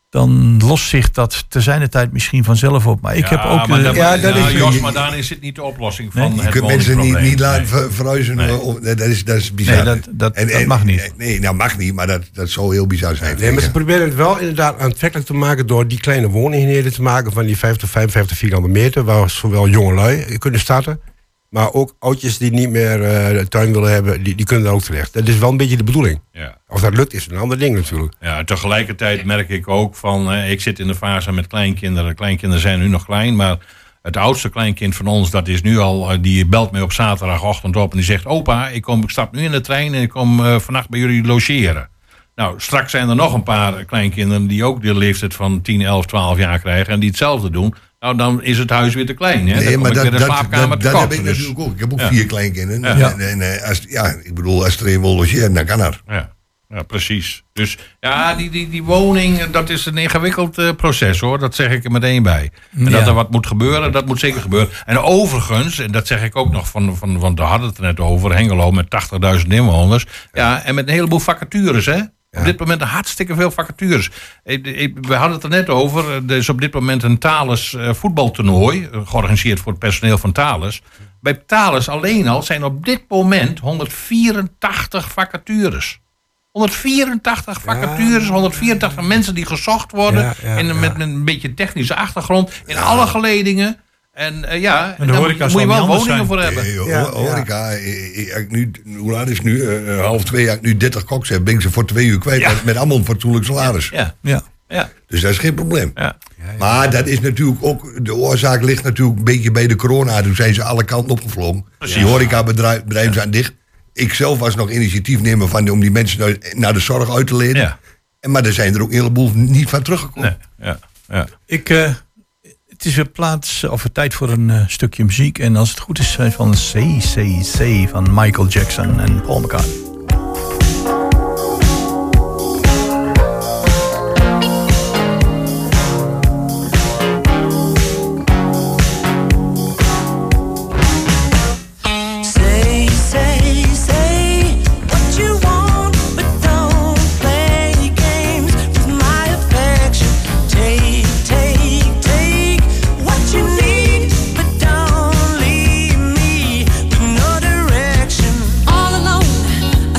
dan lost zich dat te zijner tijd misschien vanzelf op. Maar ik heb ook... maar dan is het niet de oplossing van je kunt mensen niet laten verhuizen. Dat is bizar. Nee, dat mag niet. Nee, dat mag niet, maar dat zou heel bizar zijn. Nee, maar ze proberen het wel inderdaad aantrekkelijk te maken... door die kleine wooneenheden te maken van die 50, 55 vierkante meter... waar zowel jongelui kunnen starten... maar ook oudjes die niet meer de tuin willen hebben... die kunnen daar ook terecht. Dat is wel een beetje de bedoeling. Ja. Of dat lukt is een ander ding natuurlijk. Ja, tegelijkertijd merk ik ook van... ik zit in de fase met kleinkinderen. De kleinkinderen zijn nu nog klein, maar... het oudste kleinkind van ons, dat is nu al... die belt mij op zaterdagochtend op en die zegt... opa, ik stap nu in de trein en ik kom vannacht bij jullie logeren. Nou, straks zijn er nog een paar kleinkinderen... die ook de leeftijd van 10, 11, 12 jaar krijgen... en die hetzelfde doen. Nou, dan is het huis weer te klein. Hè? Nee, maar de slaapkamer te dat kort, heb ik dus. natuurlijk ook. Ik heb ook 4 kleinkinderen. Ja. En als er een wil logeren, dan kan dat. Ja, precies. Dus ja, die woning, dat is een ingewikkeld proces, hoor. Dat zeg ik er meteen bij. En dat er wat moet gebeuren, dat moet zeker gebeuren. En overigens, en dat zeg ik ook nog want we hadden het er net over... Hengelo met 80.000 inwoners. Ja, en met een heleboel vacatures, hè. Ja. Op dit moment hartstikke veel vacatures. We hadden het er net over. Er is op dit moment een Thales voetbaltoernooi... georganiseerd voor het personeel van Thales. Bij Thales alleen al zijn op dit moment 184 vacatures. 184 vacatures, 184 mensen die gezocht worden... met een beetje technische achtergrond... in alle geledingen... En daar moet je wel woningen voor hebben. Horeca, hoe laat is het nu? 1:30, als ik nu 30 koks heb, ben ik ze voor 2 uur kwijt. Met allemaal een fatsoenlijk salaris. Ja. Dus dat is geen probleem. Ja. Maar dat is natuurlijk ook, de oorzaak ligt natuurlijk een beetje bij de corona. Toen zijn ze alle kanten opgevlogen. Die horecabedrijven zijn dicht. Ik zelf was nog initiatiefnemer om die mensen naar de zorg uit te lenen. Ja. Maar er zijn er ook een heleboel niet van teruggekomen. Nee. Het is weer tijd voor een stukje muziek. En als het goed is, van CCC van Michael Jackson en Paul McCartney. All alone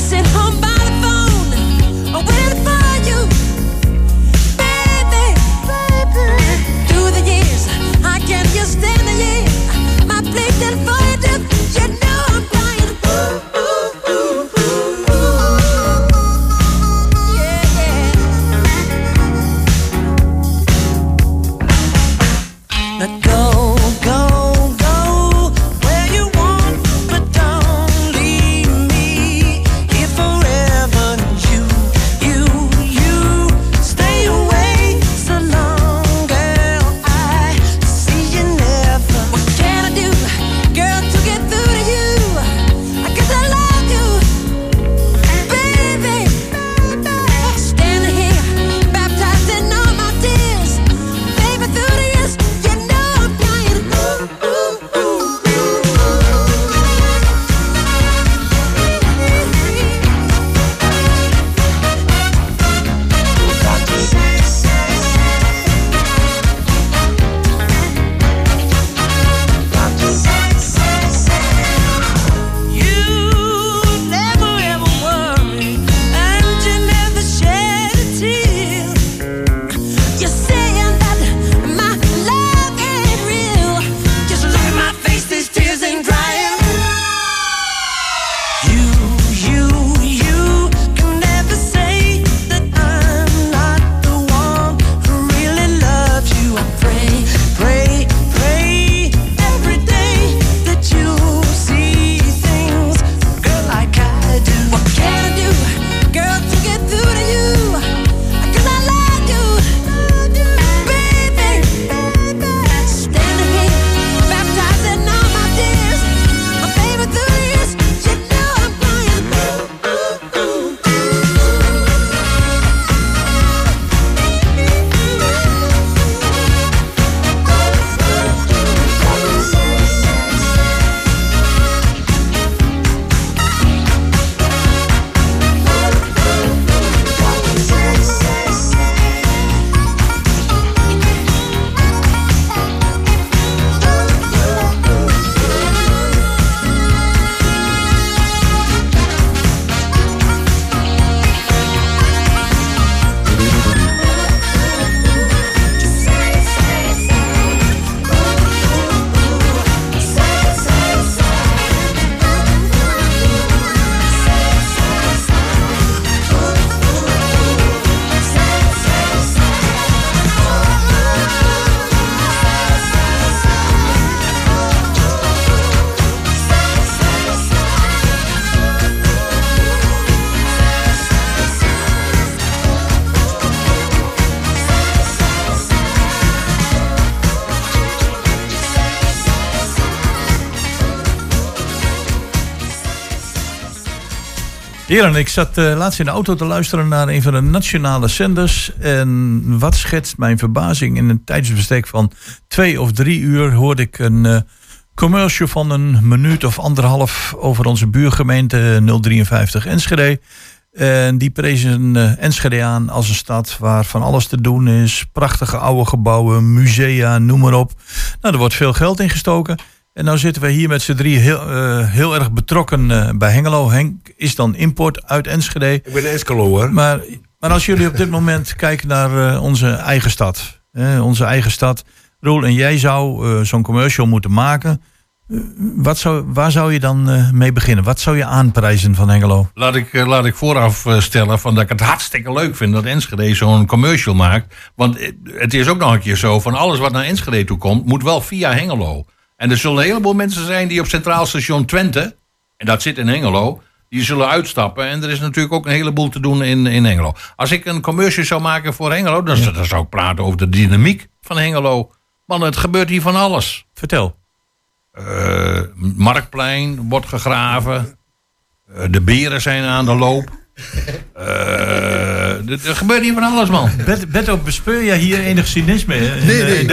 Heren, ik zat laatst in de auto te luisteren naar een van de nationale zenders. En wat schetst mijn verbazing? In een tijdsbestek van 2 of 3 uur hoorde ik een commercial van een minuut of 1,5 over onze buurgemeente 053 Enschede. En die prezen Enschede aan als een stad waar van alles te doen is. Prachtige oude gebouwen, musea, noem maar op. Nou, er wordt veel geld in gestoken. En nou zitten we hier met z'n 3 heel erg betrokken bij Hengelo. Henk is dan import uit Enschede. Ik ben Enschelo hoor. Maar als jullie op dit moment kijken naar onze eigen stad. Onze eigen stad. Roel, en jij zou zo'n commercial moeten maken. Waar zou je dan mee beginnen? Wat zou je aanprijzen van Hengelo? Laat ik vooraf stellen dat ik het hartstikke leuk vind dat Enschede zo'n commercial maakt. Want het is ook nog een keer zo, van alles wat naar Enschede toe komt, moet wel via Hengelo. En er zullen een heleboel mensen zijn die op Centraal Station Twente, en dat zit in Hengelo, die zullen uitstappen. En er is natuurlijk ook een heleboel te doen in Hengelo. Als ik een commercial zou maken voor Hengelo, dan zou ik praten over de dynamiek van Hengelo. Man, het gebeurt hier van alles. Vertel. Marktplein wordt gegraven. De beren zijn aan de loop. Er gebeurt hier van alles, man. Betto, bespeur jij hier enig cynisme? Nee.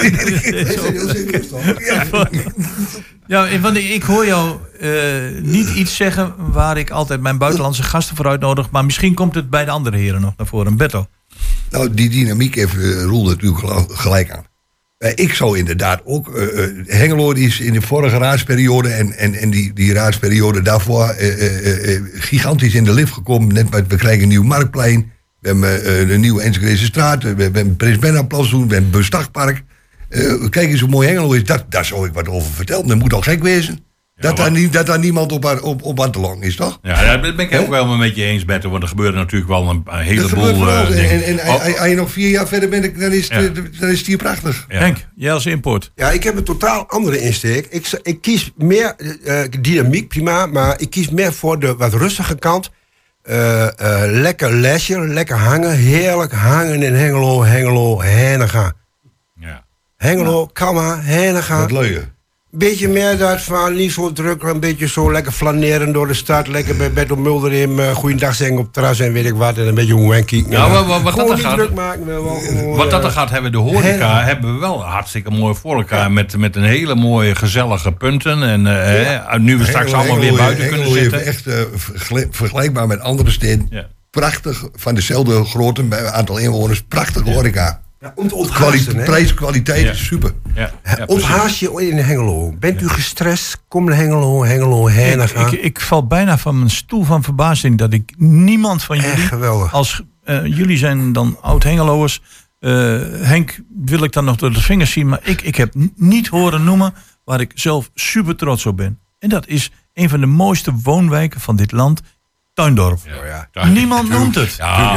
Ja, want ik hoor jou niet iets zeggen waar ik altijd mijn buitenlandse gasten voor uitnodig. Maar misschien komt het bij de andere heren nog naar voren. Betto. Nou, die dynamiek heeft Roel natuurlijk gelijk aan. Ik zou inderdaad ook... Hengelo is in de vorige raadsperiode en die raadsperiode daarvoor gigantisch in de lift gekomen. Net, we krijgen een nieuw marktplein. We hebben een nieuwe Enschedese straat. We hebben Prins Bernhardplas, we hebben een Bestagpark. Kijk eens hoe mooi Hengelo is. Daar zou ik wat over vertellen. Dat moet al gek wezen. Dat daar niemand op aan te lang is, toch? Ja, daar ben ik ook wel met je eens, Bette. Want er gebeurt natuurlijk wel een heleboel dingen. En als je nog 4 jaar verder bent, dan is het hier prachtig. Ja. Henk, jij als import. Ja, ik heb een totaal andere insteek. Ik kies meer dynamiek, prima. Maar ik kies meer voor de wat rustige kant. Lekker leisure, lekker hangen. Heerlijk hangen in Hengelo, Henega. Ja. Hengelo, Kamma, Henega. Dat leugen. Beetje meer dat van, niet zo druk, een beetje zo lekker flaneren door de stad. Lekker bij Bertel Mulder in, goeiedag zeggen op het terras en weet ik wat. En een beetje een wankie. Nou, wat gewoon dat niet gaat, druk maken. Wat dat er gaat hebben, de horeca hebben we wel hartstikke mooi voor elkaar. Met een hele mooie gezellige punten. En nu we straks allemaal weer buiten kunnen zitten. Echt vergelijkbaar met andere steden. Ja. Prachtig, van dezelfde grootte, bij aantal inwoners. Prachtige horeca. Ja, onthaasten, prijs, kwaliteit, super. Ja, onthaast je in Hengelo. Bent u gestrest? Kom naar Hengelo, Henega. Ik val bijna van mijn stoel van verbazing dat ik niemand van jullie... geweldig. Als jullie zijn dan oud-Hengeloers. Henk wil ik dan nog door de vingers zien. Maar ik heb niet horen noemen waar ik zelf super trots op ben. En dat is een van de mooiste woonwijken van dit land. Tuindorp. Ja. Niemand noemt het.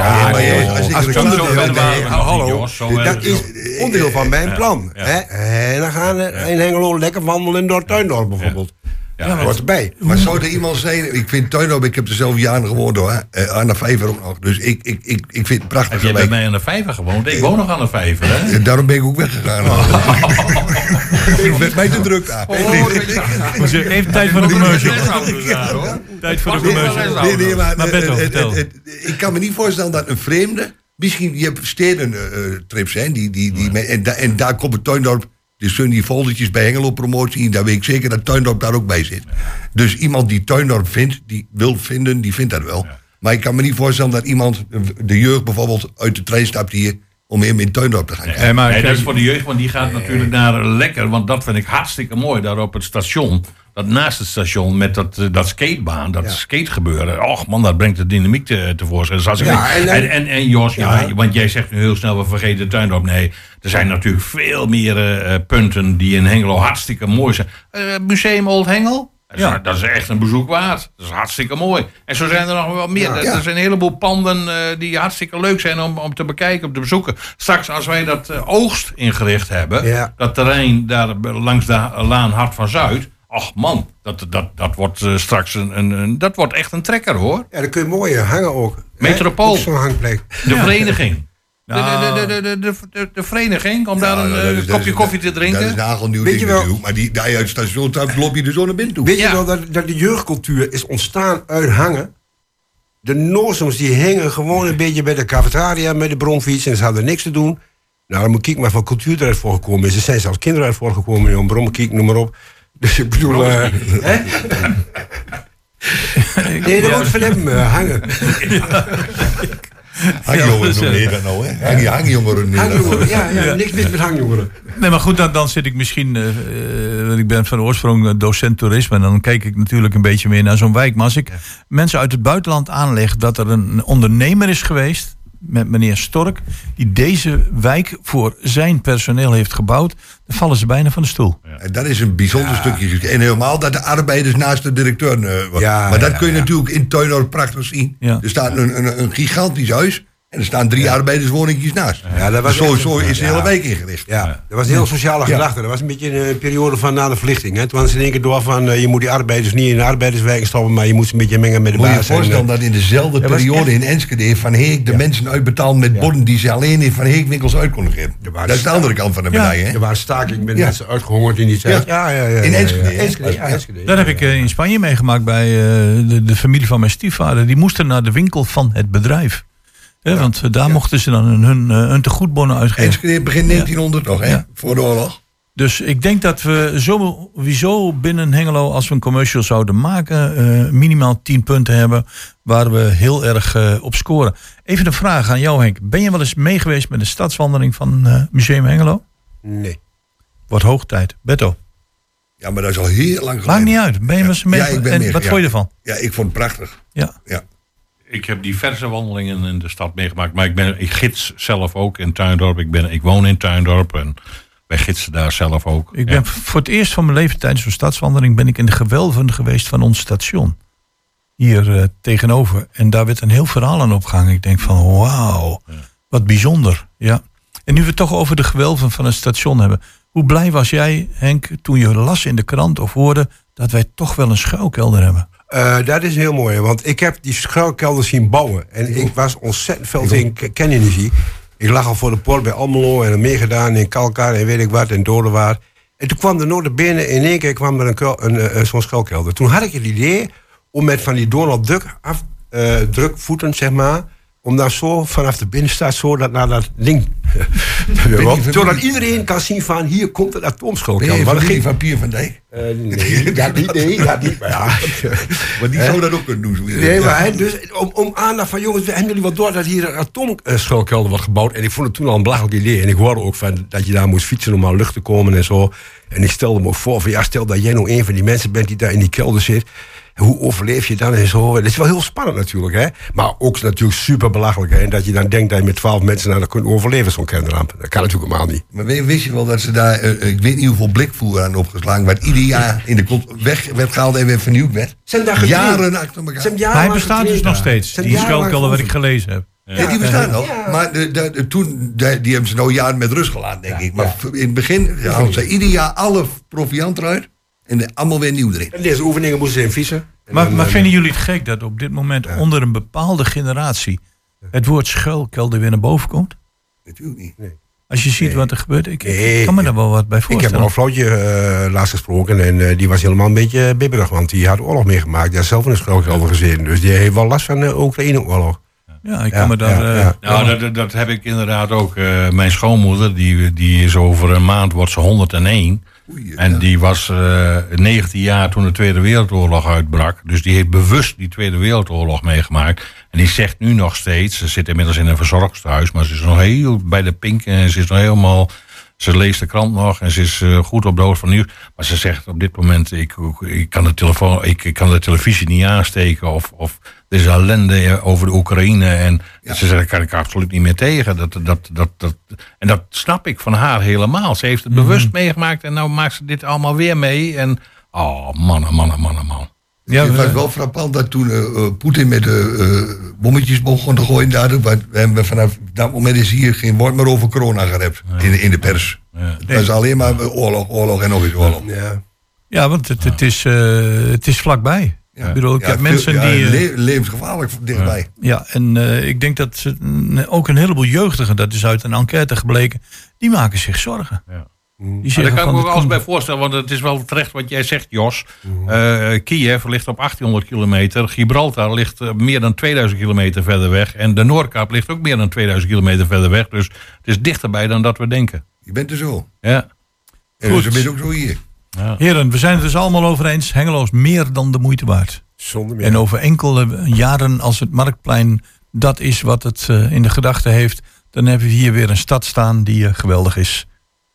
Hallo, dat is onderdeel van mijn plan. En dan gaan we in Hengelo lekker wandelen door Tuindorp bijvoorbeeld. Ja, dat hoort erbij. Maar zou er iemand zijn... Ik vind Tuindorp, ik heb er zelf jaren gewoond hoor. Aan de Vijver ook nog. Dus ik vind het prachtig. Heb jij bij mij aan de Vijver gewoond? Ik woon nog aan de Vijver. Hè? Daarom ben ik ook weggegaan. Ik ben mij te druk daar. Even tijd voor de commercial. Tijd voor de commercial. Nee, maar Betto, vertel. Ik kan me niet voorstellen dat een vreemde... Misschien, je hebt stedentrips, hè. En daar komt het Tuindorp... Er zijn die foldertjes bij Hengelo promotie en daar weet ik zeker dat Tuindorp daar ook bij zit. Dus iemand die Tuindorp vindt, die wil vinden, die vindt dat wel. Ja. Maar ik kan me niet voorstellen dat iemand, de jeugd bijvoorbeeld, uit de trein stapt hier om hem in Tuindorp te gaan kijken. Nee, dat is voor de jeugd, want die gaat natuurlijk naar Lekker, want dat vind ik hartstikke mooi, daar op het station. Dat naast het station met dat skatebaan, dat skategebeuren. Och man, dat brengt de dynamiek tevoorschijn. Dus en Jos, want jij zegt nu heel snel, we vergeten Tuindorp. Nee, er zijn natuurlijk veel meer punten die in Hengelo hartstikke mooi zijn. Museum Old Hengel, dat is echt een bezoek waard. Dat is hartstikke mooi. En zo zijn er nog wel meer. Er zijn een heleboel panden die hartstikke leuk zijn om te bekijken, om te bezoeken. Straks als wij dat oogst ingericht hebben, dat terrein daar langs de Laan Hart van Zuid... Ach man, dat wordt straks dat wordt echt een trekker hoor. Ja, dan kun je mooi hangen ook. Metropool. Zo'n hangplek. De vereniging. De vereniging, om daar een kopje koffie te drinken. Dat is een hagelnieuw ding natuurlijk. Maar daar uit het station loop je er zo naar binnen toe. Weet je wel dat de jeugdcultuur is ontstaan uit hangen? De nozems die hingen gewoon een beetje bij de cafetaria met de bromfiets en ze hadden niks te doen. Nou, dan moet ik kijken maar van cultuur eruit voorgekomen is. Er zijn zelfs kinderen uit voorgekomen, joh, bromkiek, noem maar op. Dus ik bedoel, hè? Nee, dat moet van hem hangen. Hangjongeren noemen je dat nou, hè? Hangjongeren. Ja, niks mis met hangjongeren. Nee, maar goed, dan zit ik misschien... want ik ben van oorsprong docent toerisme... en dan kijk ik natuurlijk een beetje meer naar zo'n wijk. Maar als ik mensen uit het buitenland aanleg... dat er een ondernemer is geweest... met meneer Stork... die deze wijk voor zijn personeel heeft gebouwd... dan vallen ze bijna van de stoel. Ja. Dat is een bijzonder stukje. En helemaal dat de arbeiders naast de directeur... maar dat kun je natuurlijk in Tuindorp prachtig zien. Ja. Er staat een gigantisch huis... en er staan 3 arbeiderswoningjes naast. Ja, dat was zo is de hele week ingericht. Ja, dat was een heel sociale gedachte. Dat was een beetje een periode van na de verlichting. Hè. Toen was ze in één keer door van... je moet die arbeiders niet in de arbeiderswijken stoppen... maar je moet ze een beetje mengen met de baas. Moet je je voorstellen dat in dezelfde periode in Enschede... Van Heek de mensen uitbetaald met bonnen... die ze alleen in Van Heek winkels uit konden geven. Dat is de andere kant van de medaille. Hè? Er waren stakingen met mensen uitgehongerd in die tijd. Ja. In Enschede. Dat heb ik in Spanje meegemaakt... bij de familie van mijn stiefvader. Die moesten naar de winkel van het bedrijf. Want daar mochten ze dan hun tegoedbonnen uitgeven. Enschede begin 1900 nog, hè? Voor de oorlog. Dus ik denk dat we sowieso binnen Hengelo... als we een commercial zouden maken... minimaal 10 punten hebben... waar we heel erg op scoren. Even een vraag aan jou, Henk. Ben je wel eens mee geweest met de stadswandeling van Museum Hengelo? Nee. Wordt hoog tijd. Betto? Ja, maar dat is al heel lang geleden. Maakt niet uit. Ben je wel eens mee? Ik ben mee. Wat vond je ervan? Ja, ik vond het prachtig. Ja. Ik heb diverse wandelingen in de stad meegemaakt. Maar ik gids zelf ook in Tuindorp. Ik woon in Tuindorp en wij gidsen daar zelf ook. Ik ben voor het eerst van mijn leven tijdens een stadswandeling... ben ik in de gewelven geweest van ons station. Hier tegenover. En daar werd een heel verhaal aan opgehangen. Ik denk van wauw, wat bijzonder. Ja. En nu we het toch over de gewelven van het station hebben. Hoe blij was jij, Henk, toen je las in de krant of hoorde... dat wij toch wel een schuilkelder hebben? Dat is heel mooi, want ik heb die schuilkelder zien bouwen. En ik was ontzettend veel tegen kernenergie. Ik lag al voor de poort bij Almelo en meegedaan in Kalkar en weet ik wat, en Dodewaard. En toen kwam er nooit binnen, in één keer kwam er zo'n schuilkelder. Toen had ik het idee om met van die Donald Duck drukvoeten, zeg maar... om daar zo vanaf de binnenstad zo naar dat ding... zodat iedereen kan zien van hier komt een atoomschuilkelder. Ben je familie van Pier van Dijk? Nee, dat niet. Maar ja. Maar die zou dat ook kunnen doen. Nee, maar dus om aandacht van jongens, hebben jullie wel door dat hier een atoomschuilkelder wordt gebouwd. En ik vond het toen al een belachelijk idee. En ik hoorde ook van dat je daar moest fietsen om aan lucht te komen en zo. En ik stelde me ook voor van stel dat jij nou een van die mensen bent die daar in die kelder zit. Hoe overleef je dan en zo? Dat is wel heel spannend natuurlijk, hè. Maar ook natuurlijk super belachelijk, hè. En dat je dan denkt dat je met 12 mensen dat kunt overleven, zo'n kernramp. Dat kan natuurlijk helemaal niet. Maar wist je wel dat ze daar, ik weet niet hoeveel blikvoer aan opgeslagen... wat ieder jaar in de weg werd gehaald en weer vernieuwd werd. Jaren achter elkaar. Maar hij bestaat dus nog steeds. Die schuilkelder wat ik gelezen heb. Ja, die bestaan nog. Ja. Maar die hebben ze nou jaren met rust gelaten, denk ik. Maar in het begin hadden ze ieder jaar alle proviant eruit... en allemaal weer nieuw erin. En deze oefeningen moesten ze in vissen. Maar vinden jullie het gek dat op dit moment onder een bepaalde generatie... het woord schuilkelder weer naar boven komt? Natuurlijk niet. Nee. Als je ziet wat er gebeurt, ik kan me daar wel wat bij voorstellen. Ik heb een vrouwtje laatst gesproken en die was helemaal een beetje bibberig... want die had oorlog meegemaakt. Die had zelf in een schuilkelder gezeten. Dus die heeft wel last van de Oekraïne-oorlog. Ja, ik kan me daar... Nou, dat heb ik inderdaad ook. Mijn schoonmoeder, die is over een maand, wordt ze 101... En die was 19 jaar toen de Tweede Wereldoorlog uitbrak. Dus die heeft bewust die Tweede Wereldoorlog meegemaakt. En die zegt nu nog steeds... Ze zit inmiddels in een verzorgingstehuis... maar ze is nog heel bij de pink en ze is nog helemaal... Ze leest de krant nog en ze is goed op de hoogte van nieuws. Maar ze zegt op dit moment... Ik kan de televisie niet aansteken... of er is ellende over de Oekraïne. En ze zegt, daar kan ik absoluut niet meer tegen. En dat snap ik van haar helemaal. Ze heeft het bewust meegemaakt... en nou maakt ze dit allemaal weer mee. En man. Ja, het was wel frappant dat toen Poetin met bommetjes begon te gooien... vanaf dat moment is hier geen woord meer over corona gerept in de pers. Ja. Het was alleen maar oorlog en nog eens oorlog. Ja, want het is vlakbij. Ja. Ik bedoel, ik heb mensen die... levensgevaarlijk dichtbij. En ik denk dat ook een heleboel jeugdigen... dat is uit een enquête gebleken... die maken zich zorgen. Ja. Daar kan ik me wel eens bij voorstellen, want het is wel terecht wat jij zegt, Jos. Kiev ligt op 1800 kilometer. Gibraltar ligt meer dan 2000 kilometer verder weg. En de Noordkaap ligt ook meer dan 2000 kilometer verder weg. Dus het is dichterbij dan dat we denken. Je bent er zo. Ja. En goed. Dus ook zo hier. Ja. Heren, we zijn het dus allemaal over eens. Hengelo is meer dan de moeite waard. Zonder meer. En over enkele jaren, als het Marktplein dat is wat het in de gedachten heeft, dan hebben we hier weer een stad staan die geweldig is.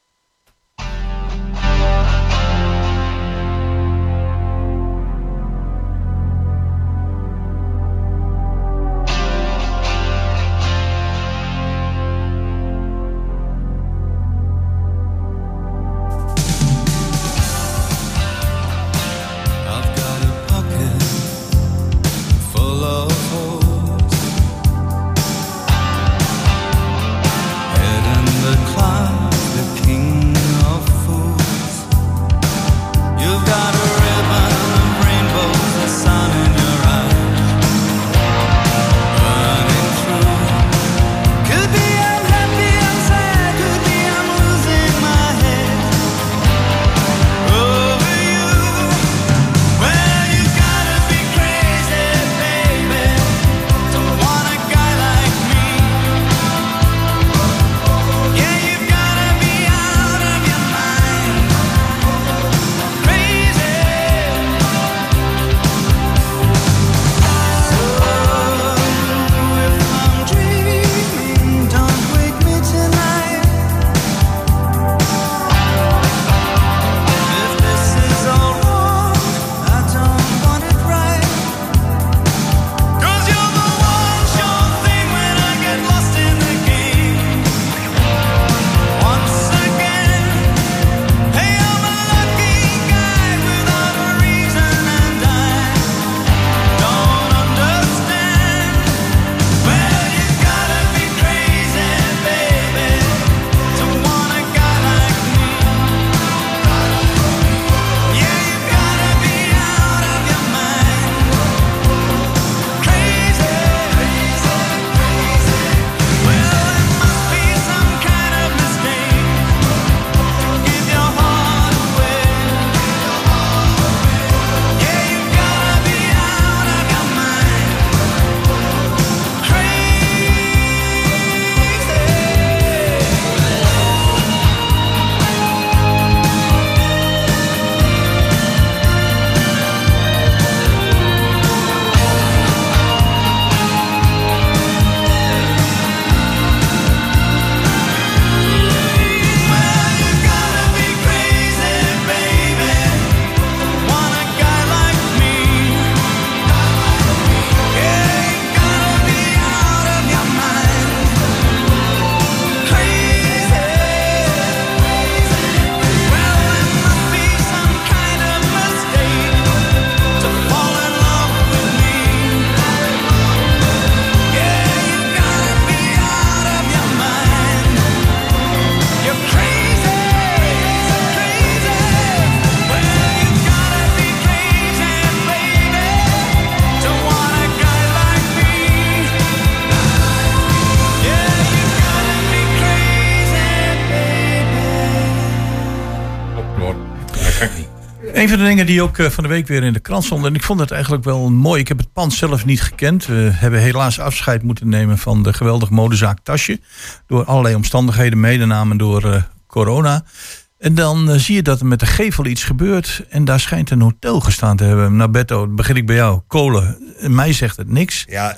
Een van de dingen die ook van de week weer in de krant stond, en ik vond het eigenlijk wel mooi. Ik heb het pand zelf niet gekend. We hebben helaas afscheid moeten nemen van de geweldige modezaak Tasje. Door allerlei omstandigheden, mede name door corona. En dan zie je dat er met de gevel iets gebeurt. En daar schijnt een hotel gestaan te hebben. Nou Betto, begin ik bij jou. Kolen. Mij zegt het niks. Ja,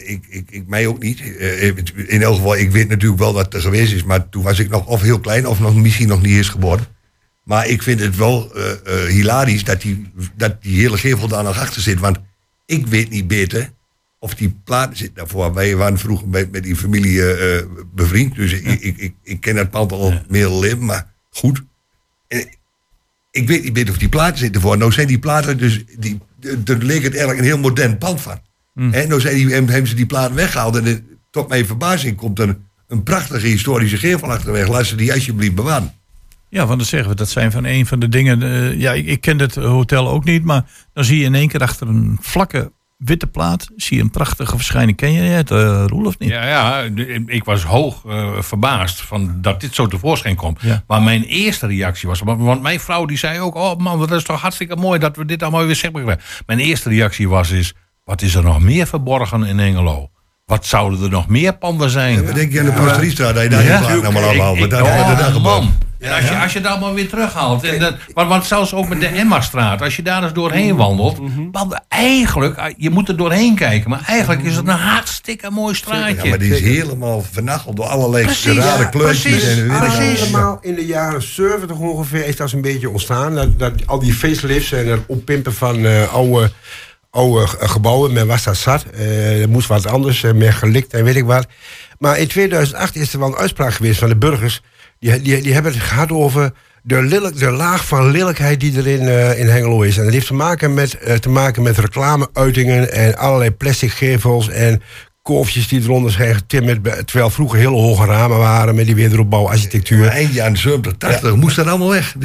mij ook niet. In elk geval, ik weet natuurlijk wel dat het er geweest is. Maar toen was ik nog of heel klein of misschien nog niet eens geboren. Maar ik vind het wel hilarisch dat die hele gevel daar nog achter zit. Want ik weet niet beter of die platen zit daarvoor. Wij waren vroeger met die familie bevriend. Dus ik ken dat pand al meer leven, maar goed. Ik weet niet beter of die platen zitten ervoor. Nou zijn die platen dus, er leek het eigenlijk een heel modern pand van. En nou hebben ze die platen weggehaald. En tot mijn verbazing komt er een prachtige historische gevel achterweg. Laat ze die alsjeblieft bewaren. Ja, want dat zeggen we. Dat zijn van een van de dingen. Ik ken het hotel ook niet, maar dan zie je in één keer achter een vlakke witte plaat. Zie je een prachtige verschijning. Ken je het, Roel, of niet? Ja, ik was hoog verbaasd van dat dit zo tevoorschijn komt. Ja. Maar mijn eerste reactie was... Want mijn vrouw die zei ook... Oh man, dat is toch hartstikke mooi dat we dit allemaal weer zichtbaar krijgen. Mijn eerste reactie was... Wat is er nog meer verborgen in Hengelo? Wat zouden er nog meer panden zijn? Ja, wat denk je aan de Pasteriestraat dat je daar die plaat allemaal afhaalt? Man. En als je dat maar weer terughaalt. Want zelfs ook met de Emma-straat. Als je daar eens doorheen wandelt. Want eigenlijk, je moet er doorheen kijken. Maar eigenlijk is het een hartstikke mooi straatje. Ja, maar die is helemaal vernacheld door allerlei rare kleurtjes. Helemaal in de jaren 70 ongeveer is dat een beetje ontstaan. Dat al die facelifts en het oppimpen van oude gebouwen. Men was dat zat. Er moest wat anders. Meer gelikt en weet ik wat. Maar in 2008 is er wel een uitspraak geweest van de burgers. Die hebben het gehad over de laag van lelijkheid die er in Hengelo is. En dat heeft te maken met reclameuitingen en allerlei plastic gevels en korfjes die eronder zijn getimmerd. Terwijl vroeger hele hoge ramen waren met die wederopbouwarchitectuur. Eind jaren 70, 80 moest dat allemaal weg.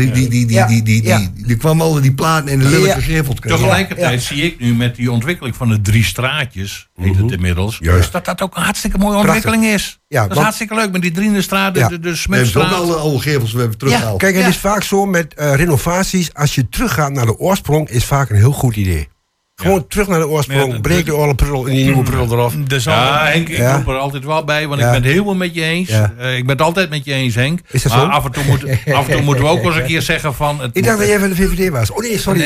Die kwam al die platen en de lelijke gevels. Tegelijkertijd zie ik nu met die ontwikkeling van de 3 straatjes, heet het inmiddels, dat ook een hartstikke mooie ontwikkeling is. Ja, dat is hartstikke leuk met die 3e straat, de Smutstraat. We hebben ook alle gevels weer teruggehaald. Kijk, het is vaak zo met renovaties, als je teruggaat naar de oorsprong, is vaak een heel goed idee. Gewoon terug naar de oorsprong, breek de oude prul en die nieuwe prul eraf. Henk, ik roep er altijd wel bij, want ik ben het helemaal met je eens. Ik ben het altijd met je eens, Henk. Is dat maar zo? Af en toe moeten we ook eens een keer zeggen van... Ik dacht dat jij van de VVD was. Oh nee, sorry.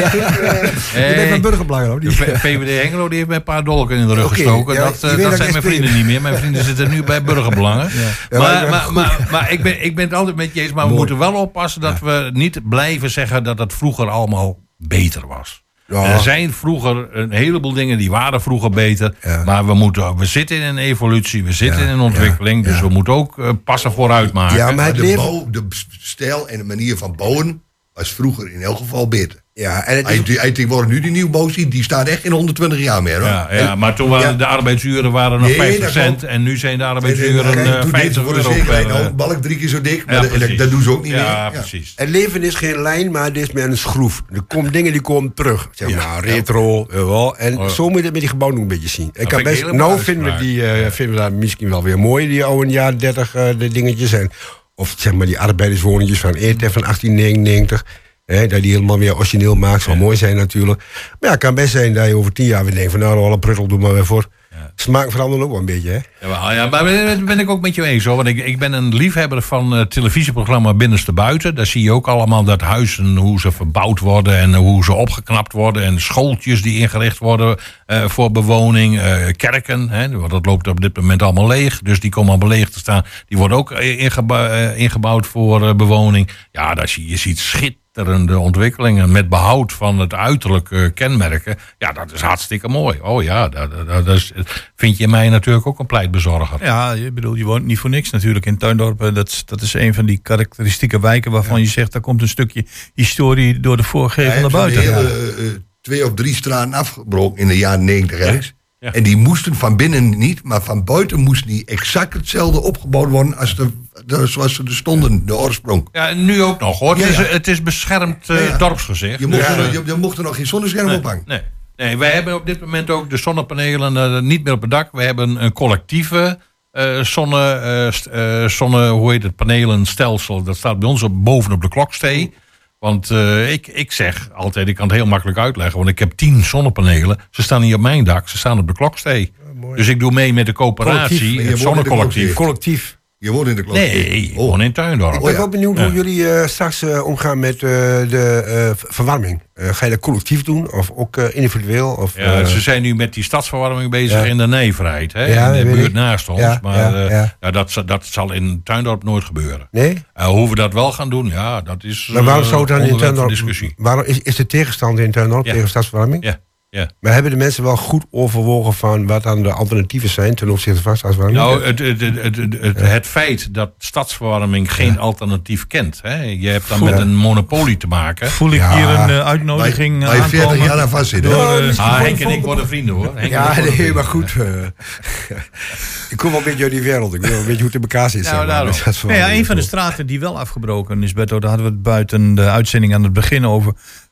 Je bent van Burgerbelangen, hoor. De VVD Hengelo die heeft mij een paar dolken in de rug gestoken. Dat zijn mijn vrienden niet meer. Mijn vrienden zitten nu bij Burgerbelangen. Maar ik ben het altijd met je eens. Maar we moeten wel oppassen dat we niet blijven zeggen dat het vroeger allemaal beter was. Ja. Er zijn vroeger een heleboel dingen die waren vroeger beter. Ja. Maar we zitten in een evolutie, we zitten in een ontwikkeling. Dus we moeten ook passen vooruit maken. Ja, maar de stijl en de manier van bouwen was vroeger in elk geval beter. Ja, en het wordt nu die nieuwbouw ziet, die staat echt in 120 jaar meer. Hoor. Ja, maar toen waren de arbeidsuren nog 50 en nu zijn de arbeidsuren 50 euro per... balk 3 keer zo dik, maar dat doen ze ook niet meer. Ja, precies. Het leven is geen lijn, maar het is meer een schroef. Er komen dingen die komen terug. Zeg maar, retro, wel. En zo moet je het met die gebouwen nog een beetje zien. Vinden we dat misschien wel weer mooi, die oude jaren 30 de dingetjes. Of zeg maar die arbeiderswoningjes van ETF van 1899... dat die helemaal weer origineel maakt, zou mooi zijn natuurlijk. Maar het kan best zijn dat je over 10 jaar weer denkt van nou, alle pruttel doe maar weer voor. Smaak verandert ook wel een beetje, hè? Ja, maar ben ik ook met je eens, hoor. Want ik ben een liefhebber van het televisieprogramma Binnenste Buiten. Daar zie je ook allemaal dat huizen, hoe ze verbouwd worden en hoe ze opgeknapt worden. En schooltjes die ingericht worden voor bewoning. Kerken, dat loopt op dit moment allemaal leeg. Dus die komen allemaal leeg te staan. Die worden ook ingebouwd voor bewoning. Ja, je ziet schitterende ontwikkelingen met behoud van het uiterlijke kenmerken. Ja, dat is hartstikke mooi. Oh ja, dat vind je mij natuurlijk ook een pleitbezorger. Ja, je woont niet voor niks natuurlijk in Tuindorp. Dat is een van die karakteristieke wijken waarvan je zegt, daar komt een stukje historie door de voorgevel naar buiten. Hele, 2 of 3 straten afgebroken in de jaren 90 ergens. Ja. En die moesten van binnen niet, maar van buiten moesten die exact hetzelfde opgebouwd worden zoals ze er stonden, de oorsprong. Ja, en nu ook nog, hoor. Het is beschermd dorpsgezicht. Je mocht er nog geen zonnescherm op hangen. Nee, wij hebben op dit moment ook de zonnepanelen niet meer op het dak. We hebben een collectieve panelenstelsel. Dat staat bij ons bovenop de klokstee. Want ik zeg altijd, ik kan het heel makkelijk uitleggen. Want ik heb 10 zonnepanelen. Ze staan niet op mijn dak, ze staan op de klokstee. Dus ik doe mee met de coöperatie, het zonnecollectief. Collectief. Je woont in de klokstee? Nee, ik woon in Tuindorp. Ik ben wel benieuwd hoe jullie straks omgaan met de verwarming. Ga je dat collectief doen of ook individueel? Of, ze zijn nu met die stadsverwarming bezig in de Nijverheid. In de buurt naast ons. Dat zal in Tuindorp nooit gebeuren. Nee? Hoe we dat wel gaan doen, dat is maar waarom zou het dan in Tuindorp discussie. Waarom is de tegenstand in Tuindorp tegen stadsverwarming? Ja. Ja. Maar hebben de mensen wel goed overwogen van wat dan de alternatieven zijn ten opzichte van stadsverwarming? Nou, het feit dat stadsverwarming geen alternatief kent. Hè? Je hebt dan met een monopolie te maken. Voel ik hier een uitnodiging bij 40 jaar aan vastzitten. Henk en ik worden vrienden, hoor. Maar goed. Ik kom wel een beetje uit die wereld. Ik weet wel een beetje hoe het in elkaar zit. Een van de straten die wel afgebroken is, Berto, daar hadden we het buiten de uitzending aan het begin over.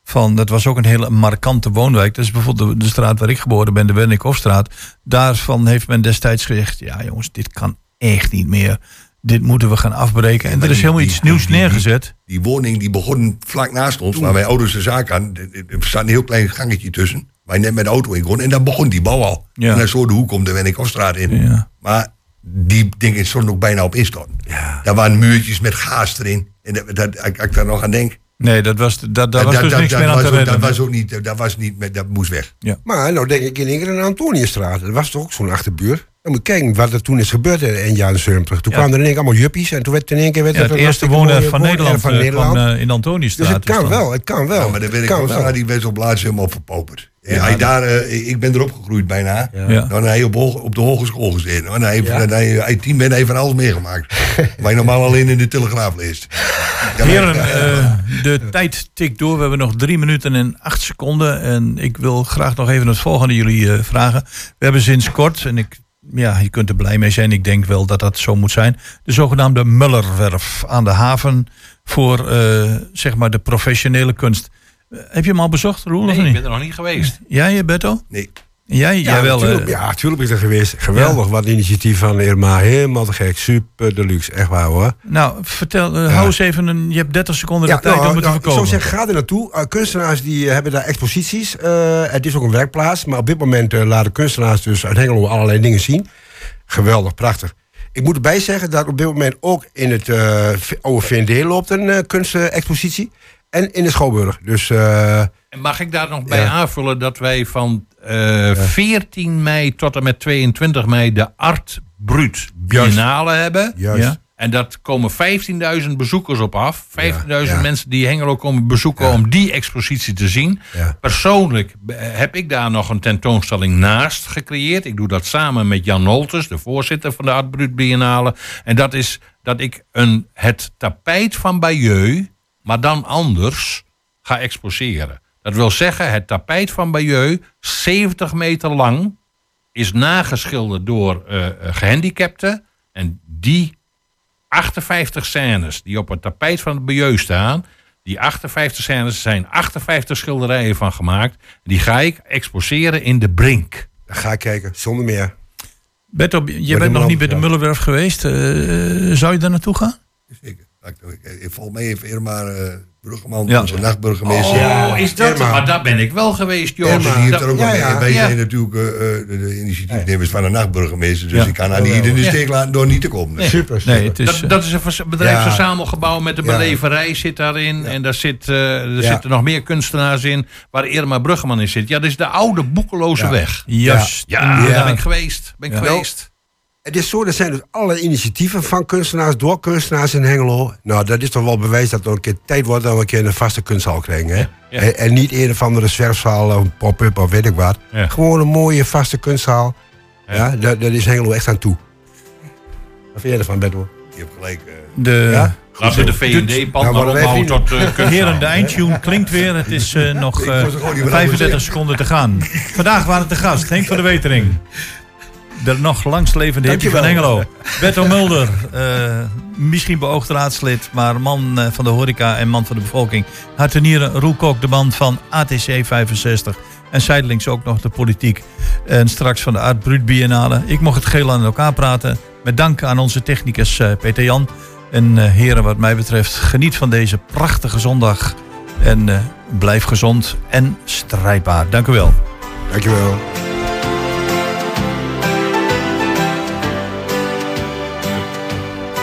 Dat was ook een hele markante woonwijk. Dat is bijvoorbeeld de straat waar ik geboren ben, de Wernikhofstraat. Daarvan heeft men destijds gezegd, ja jongens, dit kan echt niet meer. Dit moeten we gaan afbreken. En er is helemaal iets nieuws neergezet. Die woning die begon vlak naast ons, waar mijn ouders de zaak aan. Er staat een heel klein gangetje tussen, waar je net met de auto in kon. En dan begon die bouw al. Ja. En dan zo de hoek om de Wernikhofstraat in. Ja. Maar die dingen stonden ook bijna op instorten. Ja. Daar waren muurtjes met gaas erin. En als ik daar nog aan denk. Nee, dat was dus niks meer aan te redden. Dat moest weg. Ja. Maar nou denk ik in één keer aan de Antoniusstraat. Dat was toch ook zo'n achterbuurt. Dan moet je kijken wat er toen is gebeurd in jaren 70. Toen kwamen er in één keer allemaal juppies. En toen werd in één keer... het eerste wonen van Nederland kwam in de Antoniusstraat. Dus het kan wel. Ja, maar de Wernikhofstraat die werd op laatst helemaal verpauperd. Ja, ik ben erop gegroeid bijna. Ja. Dan heb je op de hogeschool gezeten. Dan heb je 10 bent even alles meegemaakt. Waar je normaal alleen in de Telegraaf leest. Heren, de tijd tikt door. We hebben nog 3 minuten en 8 seconden. En ik wil graag nog even het volgende jullie vragen. We hebben sinds kort, en je kunt er blij mee zijn. Ik denk wel dat dat zo moet zijn. De zogenaamde Mullerwerf aan de haven voor zeg maar de professionele kunst. Heb je hem al bezocht, Roel? Nee, of niet? Ik ben er nog niet geweest. Jij, Berto? Nee. Jij wel? Tuurlijk ben ik er geweest. Geweldig, wat initiatief van Irma. Helemaal te gek. Super deluxe. Echt waar hoor. Nou, vertel, hou eens even je hebt 30 seconden de tijd om het te verkopen. Ik zou zeggen, ga er naartoe. Kunstenaars die hebben daar exposities. Het is ook een werkplaats. Maar op dit moment laten kunstenaars dus uit Hengelo allerlei dingen zien. Geweldig, prachtig. Ik moet erbij zeggen dat op dit moment ook in het oude VND loopt een kunstexpositie. En in de Schouwburg. Dus, en mag ik daar nog bij aanvullen dat wij van 14 mei tot en met 22 mei de Art Brut Biennale hebben. Juist. Ja. En dat komen 15.000 bezoekers op af. 15.000 mensen die Hengelo komen bezoeken om die expositie te zien. Ja. Persoonlijk heb ik daar nog een tentoonstelling naast gecreëerd. Ik doe dat samen met Jan Noltes, de voorzitter van de Art Brut Biennale. En dat is dat ik het tapijt van Bayeux, maar dan anders, ga exposeren. Dat wil zeggen, het tapijt van Bayeux, 70 meter lang, is nageschilderd door gehandicapten. En die 58 scènes die op het tapijt van Bayeux staan, die 58 scènes zijn 58 schilderijen van gemaakt. Die ga ik exposeren in de Brink. Daar ga ik kijken, zonder meer. Berto, je bent nog niet bij de Mullerwerf geweest. Zou je daar naartoe gaan? Zeker. Volgens mij heeft Irma Bruggeman, onze nachtburgemeester. Oh, is dat? Maar daar ben ik wel geweest, joh. Die heeft er ook wij zijn natuurlijk de initiatiefnemers van de nachtburgemeester. Dus ik kan haar niet in de steek laten door niet te komen. Nee. Super. Nee, dat is een bedrijfsverzamelgebouw met een beleverij zit daarin. Ja. En daar zitten nog meer kunstenaars in. Waar Irma Bruggeman in zit. Ja, dat is de oude Boekeloze weg. Juist. Ja, daar ben ik geweest. Het is zo, er zijn dus allerlei initiatieven van kunstenaars, door kunstenaars in Hengelo. Nou, dat is toch wel bewijs dat er een keer tijd wordt dat we een keer een vaste kunsthal krijgen. Hè? Ja. En niet een of andere zwerfzaal, een pop-up of weet ik wat. Ja. Gewoon een mooie vaste kunsthal. Ja, daar is Hengelo echt aan toe. Wat vind jij ervan, Berto? Je hebt gelijk. Laten we de V&D-pand maar opbouwen tot kunsthal. Heren, de eindtune klinkt weer. Het is nog 35 seconden te gaan. Vandaag waren te gast Henk van der Wetering. De nog langstlevende hippie van Hengelo. Berto Mulder, misschien beoogd raadslid, maar man van de horeca en man van de bevolking. Hart en nieren, Roel Kok, de man van ATC 65. En zijdelings ook nog de politiek. En straks van de Art Brut Biennale. Ik mocht het geheel aan elkaar praten. Met dank aan onze technicus Peter Jan. En heren, wat mij betreft, geniet van deze prachtige zondag. En blijf gezond en strijdbaar. Dank u wel. Dank je wel.